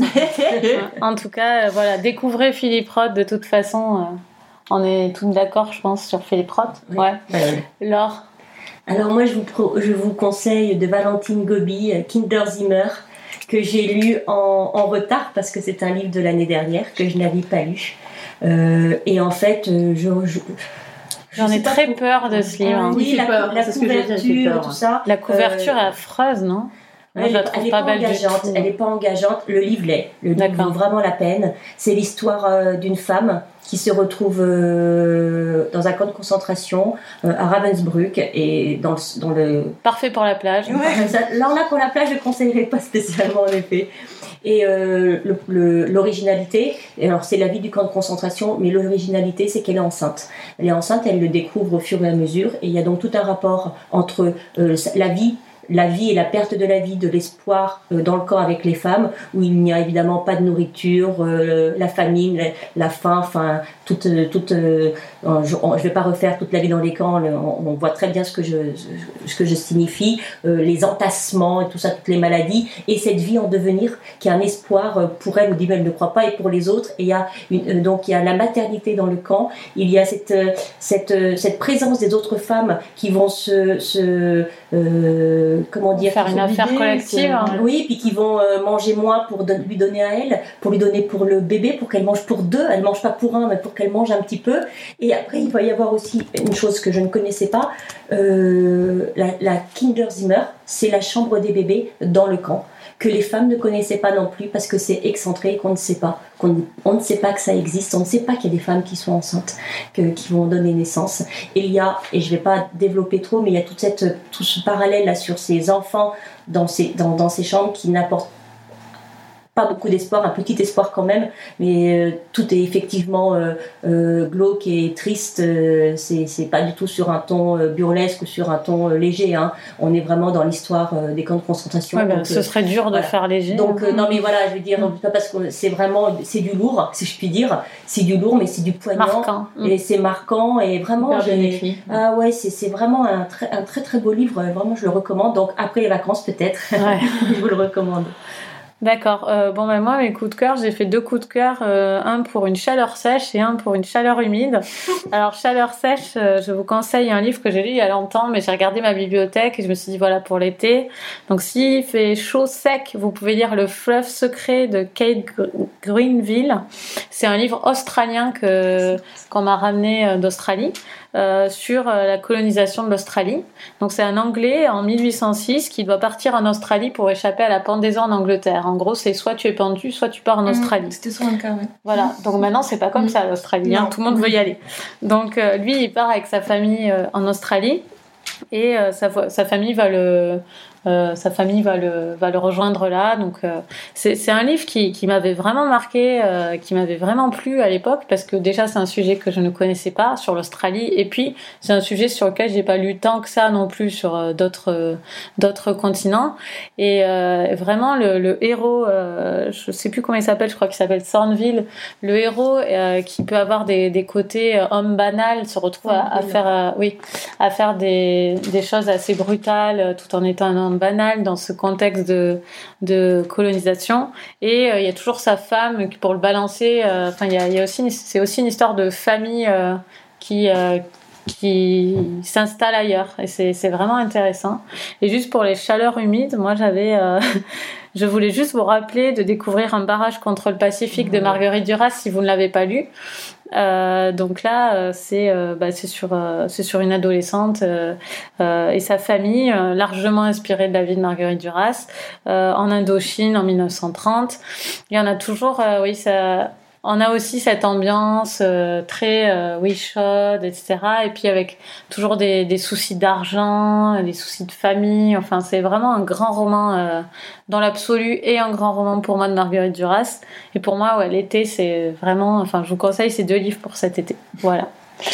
En tout cas, euh, voilà, découvrez Philippe Roth de toute façon. Euh, on est toutes d'accord, je pense, sur Philippe Roth. Oui. Ouais. ouais. Laure. Alors moi je vous pro- je vous conseille de Valentine Gobi, Kinderzimmer, que j'ai lu en, en retard parce que c'est un livre de l'année dernière que je n'avais pas lu. Euh, et en fait, je, je, je j'en ai très pour... peur de ce livre. Oui, la, peur, la couverture, peur, tout ça. La couverture euh, est affreuse, non? Moi, elle, je la trouve elle pas, pas engageante. Elle n'est pas engageante. Le livre l'est. Le livre vaut vraiment la peine. C'est l'histoire euh, d'une femme qui se retrouve euh, dans un camp de concentration euh, à Ravensbrück et dans le, dans le... Parfait pour la plage. Ouais. Alors là, pour la plage, je ne conseillerais pas spécialement en effet. Et euh, le, le, l'originalité, alors c'est la vie du camp de concentration, mais l'originalité, c'est qu'elle est enceinte. Elle est enceinte, elle le découvre au fur et à mesure, et il y a donc tout un rapport entre euh, la vie la vie et la perte de la vie, de l'espoir euh, dans le camp avec les femmes, où il n'y a évidemment pas de nourriture, euh, la famine, la, la faim, enfin, toute, toute, euh, je ne vais pas refaire toute la vie dans les camps, le, on, on voit très bien ce que je, ce que je signifie, euh, les entassements et tout ça, toutes les maladies, et cette vie en devenir qui a un espoir pour elle, ou dit elle ne croit pas, et pour les autres, et il y a une, euh, donc il y a la maternité dans le camp, il y a cette, cette, cette présence des autres femmes qui vont se... se euh, comment dire, faire une affaire collective, hein. Oui, puis qui vont euh, manger moins pour don- lui donner à elle, pour lui donner pour le bébé, pour qu'elle mange pour deux, elle mange pas pour un, mais pour qu'elle mange un petit peu. Et après, il va y avoir aussi une chose que je ne connaissais pas, euh, la, la Kinderzimmer, c'est la chambre des bébés dans le camp, que les femmes ne connaissaient pas non plus parce que c'est excentré et qu'on ne sait pas, qu'on on ne sait pas que ça existe, on ne sait pas qu'il y a des femmes qui sont enceintes, que, qui vont donner naissance. Et il y a, et je ne vais pas développer trop, mais il y a toute cette, tout ce parallèle là sur ces enfants dans ces, dans, dans ces chambres qui n'apportent pas beaucoup d'espoir, un petit espoir quand même, mais euh, tout est effectivement euh, euh, glauque et triste. Euh, c'est, c'est pas du tout sur un ton euh, burlesque ou sur un ton euh, léger. Hein. On est vraiment dans l'histoire euh, des camps de concentration. Ouais, ben, donc, ce serait dur voilà. de faire léger. Donc euh, non mais voilà, je veux dire, mmh. pas parce que c'est vraiment, c'est du lourd, si je puis dire, c'est du lourd, mais c'est du poignant. Marquant. Et mmh. c'est marquant et vraiment. Bien écrit. Ah ouais, c'est c'est vraiment un très un très très beau livre. Vraiment, je le recommande. Donc après les vacances peut-être, ouais. je vous le recommande. D'accord. Euh, bon, ben moi, mes coups de cœur, j'ai fait deux coups de cœur, euh, un pour une chaleur sèche et un pour une chaleur humide. Alors, chaleur sèche, euh, je vous conseille un livre que j'ai lu il y a longtemps, mais j'ai regardé ma bibliothèque et je me suis dit, voilà, pour l'été. Donc, s'il fait chaud, sec, vous pouvez lire Le fleuve secret de Kate Greenville. C'est un livre australien que, qu'on m'a ramené d'Australie. Euh, sur euh, la colonisation de l'Australie. Donc c'est un Anglais en mille huit cent six qui doit partir en Australie pour échapper à la pendaison en Angleterre. En gros, c'est soit tu es pendu, soit tu pars en Australie. Mmh, c'était souvent le cas, oui. Voilà. Donc maintenant, c'est pas comme mmh. ça l'Australie. Hein. Tout le monde veut y aller. Donc euh, lui, il part avec sa famille euh, en Australie et euh, sa, sa famille va le Euh, sa famille va le, va le rejoindre là. Donc, euh, c'est, c'est un livre qui, qui m'avait vraiment marqué, euh, qui m'avait vraiment plu à l'époque, parce que déjà, c'est un sujet que je ne connaissais pas sur l'Australie. Et puis, c'est un sujet sur lequel j'ai pas lu tant que ça non plus sur euh, d'autres, euh, d'autres continents. Et euh, vraiment, le, le héros, euh, je sais plus comment il s'appelle, je crois qu'il s'appelle Thornville. Le héros euh, qui peut avoir des, des côtés euh, homme banal se retrouve à, à faire, euh, oui, à faire des, des choses assez brutales tout en étant un homme banal dans ce contexte de, de colonisation. Et euh, il y a toujours sa femme qui, pour le balancer, enfin euh, il y a, il y a aussi une, c'est aussi une histoire de famille euh, qui euh, qui s'installe ailleurs, et c'est c'est vraiment intéressant. Et juste pour les chaleurs humides, moi j'avais euh, je voulais juste vous rappeler de découvrir Un barrage contre le Pacifique de Marguerite Duras si vous ne l'avez pas lu. Euh, donc là, euh, c'est, euh, bah, c'est, sur, euh, c'est sur une adolescente euh, euh, et sa famille, euh, largement inspirée de la vie de Marguerite Duras, euh, en Indochine en mille neuf cent trente. Il y en a toujours, euh, oui, ça... On a aussi cette ambiance euh, très euh, oui chaude, et cetera. Et puis avec toujours des, des soucis d'argent, des soucis de famille. Enfin, c'est vraiment un grand roman euh, dans l'absolu et un grand roman pour moi de Marguerite Duras. Et pour moi, ouais, l'été, c'est vraiment. Enfin, je vous conseille ces deux livres pour cet été. Voilà.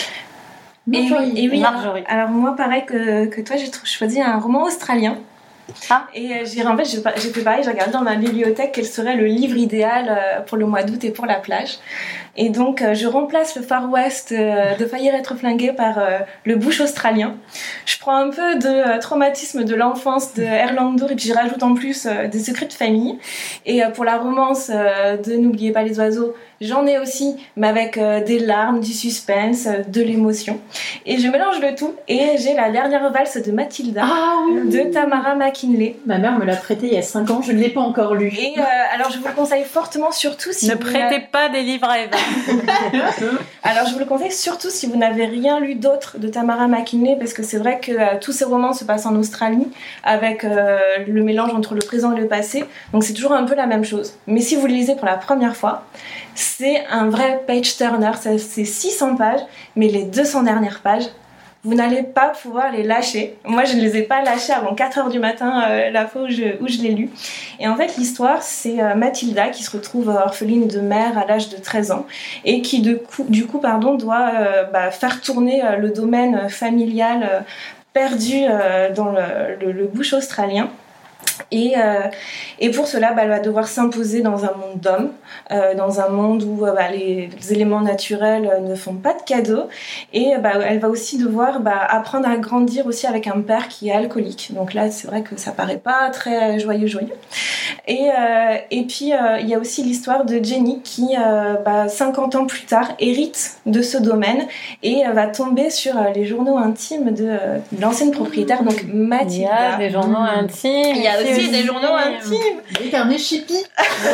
Et oui, et oui Marjorie. Alors, alors moi, pareil que, que toi, j'ai choisi un roman australien. Ah. Et euh, j'ai, en fait, j'ai, j'ai fait pareil, j'ai regardé dans ma bibliothèque quel serait le livre idéal euh, pour le mois d'août et pour la plage. Et donc, euh, je remplace le Far West euh, de Faillir être flingué par euh, le Bush australien. Je prends un peu de euh, traumatisme de l'enfance de Erlanger et puis je rajoute en plus euh, des secrets de famille. Et euh, pour la romance euh, de N'oubliez pas les oiseaux, j'en ai aussi, mais avec euh, des larmes, du suspense, euh, de l'émotion. Et je mélange le tout et j'ai la dernière valse de Mathilda ah, oui. de Tamara McKinley. Ma mère me l'a prêté il y a cinq ans, je ne l'ai pas encore lu. Et euh, alors je vous le conseille fortement, surtout si ne vous prêtez pas des livres à Eva. Alors je vous le conseille surtout si vous n'avez rien lu d'autre de Tamara McKinley, parce que c'est vrai que euh, tous ces romans se passent en Australie avec euh, le mélange entre le présent et le passé, donc c'est toujours un peu la même chose. Mais si vous le lisez pour la première fois, c'est un vrai page turner, c'est six cents pages, mais les deux cents dernières pages, vous n'allez pas pouvoir les lâcher. Moi, je ne les ai pas lâchés avant quatre heures du matin, euh, la fois où je, où je l'ai lu. Et en fait, l'histoire, c'est euh, Mathilda qui se retrouve orpheline de mère à l'âge de treize ans et qui, de coup, du coup, pardon, doit euh, bah, faire tourner euh, le domaine familial euh, perdu euh, dans le, le, le bush australien. Et, euh, et pour cela, bah, elle va devoir s'imposer dans un monde d'hommes, euh, dans un monde où euh, bah, les, les éléments naturels euh, ne font pas de cadeaux. Et bah, elle va aussi devoir bah, apprendre à grandir aussi avec un père qui est alcoolique. Donc là, c'est vrai que ça paraît pas très joyeux, joyeux. Et, euh, et puis, euh, il y a aussi l'histoire de Jenny qui, euh, bah, cinquante ans plus tard, hérite de ce domaine et euh, va tomber sur euh, les journaux intimes de, euh, de l'ancienne propriétaire, donc Mathilda. Il y a des journaux mmh. intimes. Il y a aussi, aussi des journaux intimes. Des carnets Chippy.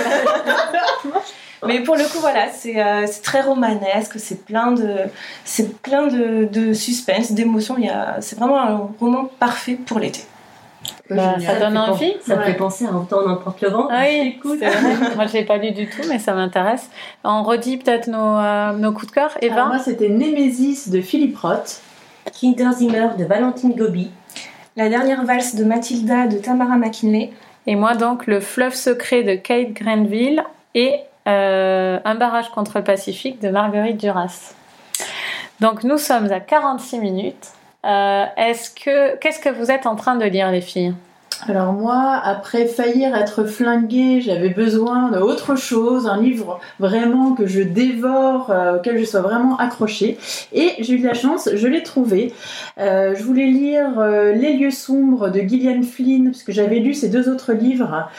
Mais pour le coup, voilà, c'est, euh, c'est très romanesque, c'est plein de, c'est plein de, de suspense, d'émotions. Il y a, c'est vraiment un roman parfait pour l'été. Bah, ça donne ça envie. Ça me ouais. fait penser à Un temps n'emporte le vent. Ah oui, écoute. Moi, je l'ai pas lu du tout, mais ça m'intéresse. On redit peut-être nos, euh, nos coups de cœur. Eva. Alors moi, c'était Némésis de Philippe Roth, Kinder Zimmer de Valentine Gobi, La dernière valse de Mathilda de Tamara McKinley, et moi donc Le fleuve secret de Kate Grenville et euh, Un barrage contre le Pacifique de Marguerite Duras. Donc nous sommes à quarante-six minutes. Euh, est-ce que, qu'est-ce que vous êtes en train de lire, les filles ? Alors moi, après Faillir être flinguée, j'avais besoin d'autre chose, un livre vraiment que je dévore, euh, auquel je sois vraiment accrochée. Et j'ai eu de la chance, je l'ai trouvé. Euh, je voulais lire euh, Les lieux sombres de Gillian Flynn, parce que j'avais lu ces deux autres livres,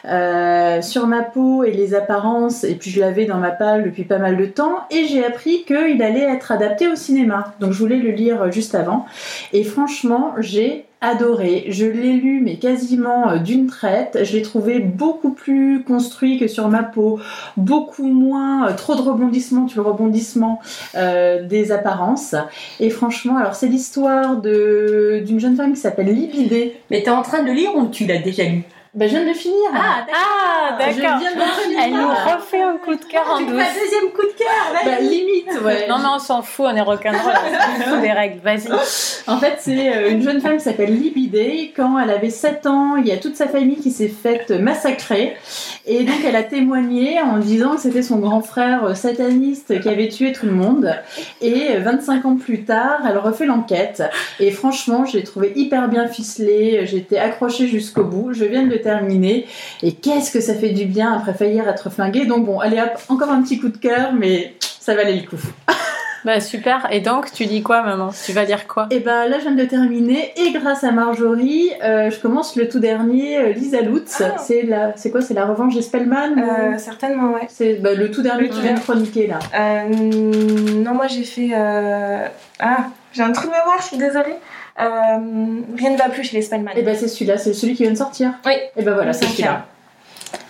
euh, Sur ma peau et Les apparences, et puis je l'avais dans ma palle depuis pas mal de temps, et j'ai appris qu'il allait être adapté au cinéma. Donc je voulais le lire juste avant. Et franchement, j'ai adoré. Je l'ai lu mais quasiment d'une traite. Je l'ai trouvé beaucoup plus construit que Sur ma peau, beaucoup moins euh, trop de rebondissements, tu le rebondissement euh, des apparences. Et franchement, alors c'est l'histoire de d'une jeune femme qui s'appelle Libidé. Mais t'es en train de le lire ou tu l'as déjà lu? Ben, je viens de le finir. Ah, d'accord. Ah, d'accord. Je viens de le finir. Elle nous refait un coup de cœur en douce. Un deuxième coup de cœur. Bah, limite, ouais. Non, mais on s'en fout, on est rock'n'roll. On s'en fout des règles. Vas-y. En fait, c'est une jeune femme qui s'appelle Libidé. Quand elle avait sept ans, il y a toute sa famille qui s'est faite massacrer. Et donc, elle a témoigné en disant que c'était son grand frère sataniste qui avait tué tout le monde. Et vingt-cinq ans plus tard, elle refait l'enquête. Et franchement, je l'ai trouvé hyper bien ficelé. J'étais accrochée jusqu'au bout. Je viens de le terminer. Et qu'est-ce que ça fait du bien après Faillir être flinguée. Donc bon, allez hop, encore un petit coup de cœur, mais ça valait le coup. Bah super, et donc tu dis quoi maman? Tu vas dire quoi? Et bah là je viens de terminer, et grâce à Marjorie, euh, je commence le tout dernier, euh, Lisa Lutz. Ah. C'est, la, c'est quoi? C'est La revanche des Spellman? euh, Certainement, ouais. C'est bah, le tout dernier que tu viens de chroniquer là. Euh, non, moi j'ai fait... Euh... Ah, j'ai un trou de mémoire, je suis désolée. Euh, rien ne va plus chez les Spellman. Et bah c'est celui-là, c'est celui qui vient de sortir. Oui. Et bah voilà, c'est celui-là.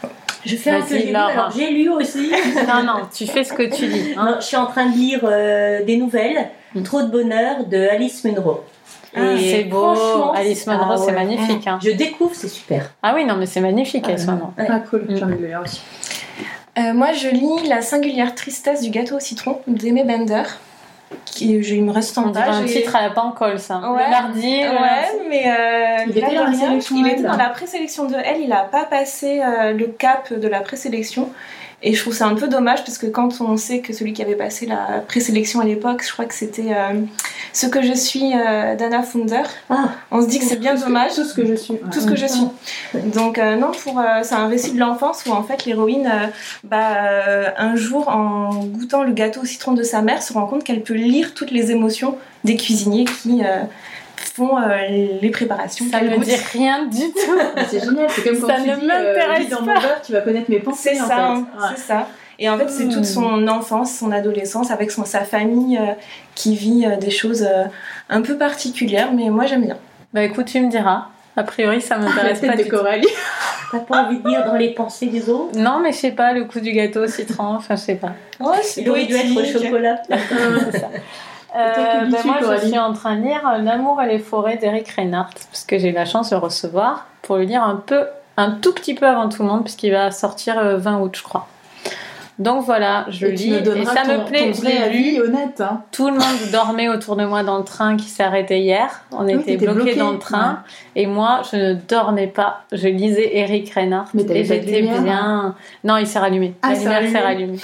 Je fais un peu, j'ai lu, alors j'ai lu aussi. Non, non, tu fais ce que tu lis. Hein. Non, je suis en train de lire euh, des nouvelles, mm. Trop de bonheur, de Alice Munro. Ah, c'est beau, Alice Munro, ah, c'est ouais. magnifique. Hein. Je découvre, c'est super. Ah oui, non, mais c'est magnifique, ah, Alice Munro. Ouais. Ah cool, j'ai envie de le lire aussi. Euh, moi, je lis La singulière tristesse du gâteau au citron d'Aimé Bender. Qui, je, il me reste en page. C'est un titre à la pancole, ça. Ouais, le mardi. Ouais, le... mais euh, il, était dans, la sélection il était dans la présélection de Elle. Il n'a pas passé euh, le cap de la présélection. Et je trouve ça un peu dommage parce que quand on sait que celui qui avait passé la présélection à l'époque, je crois que c'était euh, Ce que je suis euh, d'Anna Funder, ah, on se dit que c'est bien dommage. Que, tout ce que je suis. Tout ce que je suis. Donc euh, non, pour, euh, c'est un récit de l'enfance où en fait l'héroïne, euh, bah, euh, un jour en goûtant le gâteau au citron de sa mère, se rend compte qu'elle peut lire toutes les émotions des cuisiniers qui... Euh, font euh, les préparations. Ça me dit rien du tout. C'est génial, c'est comme quand ça tu ne dis m'intéresse euh, dans mon beurre, tu vas connaître mes pensées. C'est en ça, fait. Hein, ouais. c'est ça. Et en fait, c'est mmh. toute son enfance, son adolescence, avec son, sa famille euh, qui vit euh, des choses euh, un peu particulières, mais moi j'aime bien. Bah écoute, tu me diras. A priori, ça m'intéresse ah, pas du Coralie. tout. T'as pas envie de lire dans les pensées des autres? Non, mais je sais pas, le coup du gâteau au citron, enfin je sais pas. Oh, c'est Il aurait dû être au chocolat. C'est ça. Euh, ben moi, je suis en train de lire L'amour et les forêts d'Éric Reinhardt, parce que j'ai eu la chance de le recevoir pour le lire un peu, un tout petit peu avant tout le monde, puisqu'il va sortir le vingt août, je crois. Donc voilà, je et lis et ça ton, me plaît. Ton vrai avis honnête. Hein. Tout le monde dormait autour de moi dans le train qui s'est arrêté hier. On oui, était bloqués bloqué. dans le train ouais. et moi, je ne dormais pas. Je lisais Éric Reinhardt et j'étais bien. Non, il s'est rallumé. Ah, la lumière s'est rallumée.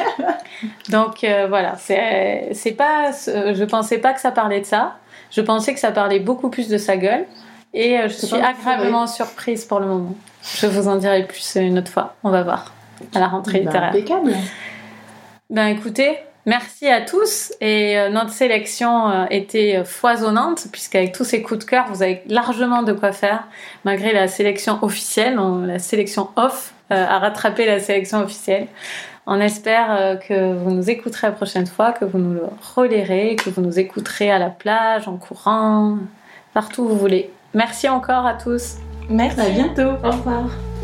Donc euh, voilà, c'est c'est pas. Je pensais pas que ça parlait de ça. Je pensais que ça parlait beaucoup plus de sa gueule et euh, je c'est suis agréablement surprise pour le moment. Je vous en dirai plus une autre fois. On va voir. À la rentrée ben, littéraire. Impeccable. Ben écoutez, merci à tous et euh, notre sélection euh, était foisonnante puisqu'avec tous ces coups de cœur, vous avez largement de quoi faire malgré la sélection officielle, on, la sélection off euh, a rattrapé la sélection officielle. On espère euh, que vous nous écouterez la prochaine fois, que vous nous le relirez, que vous nous écouterez à la plage, en courant, partout où vous voulez. Merci encore à tous. Merci. À bientôt. Au revoir.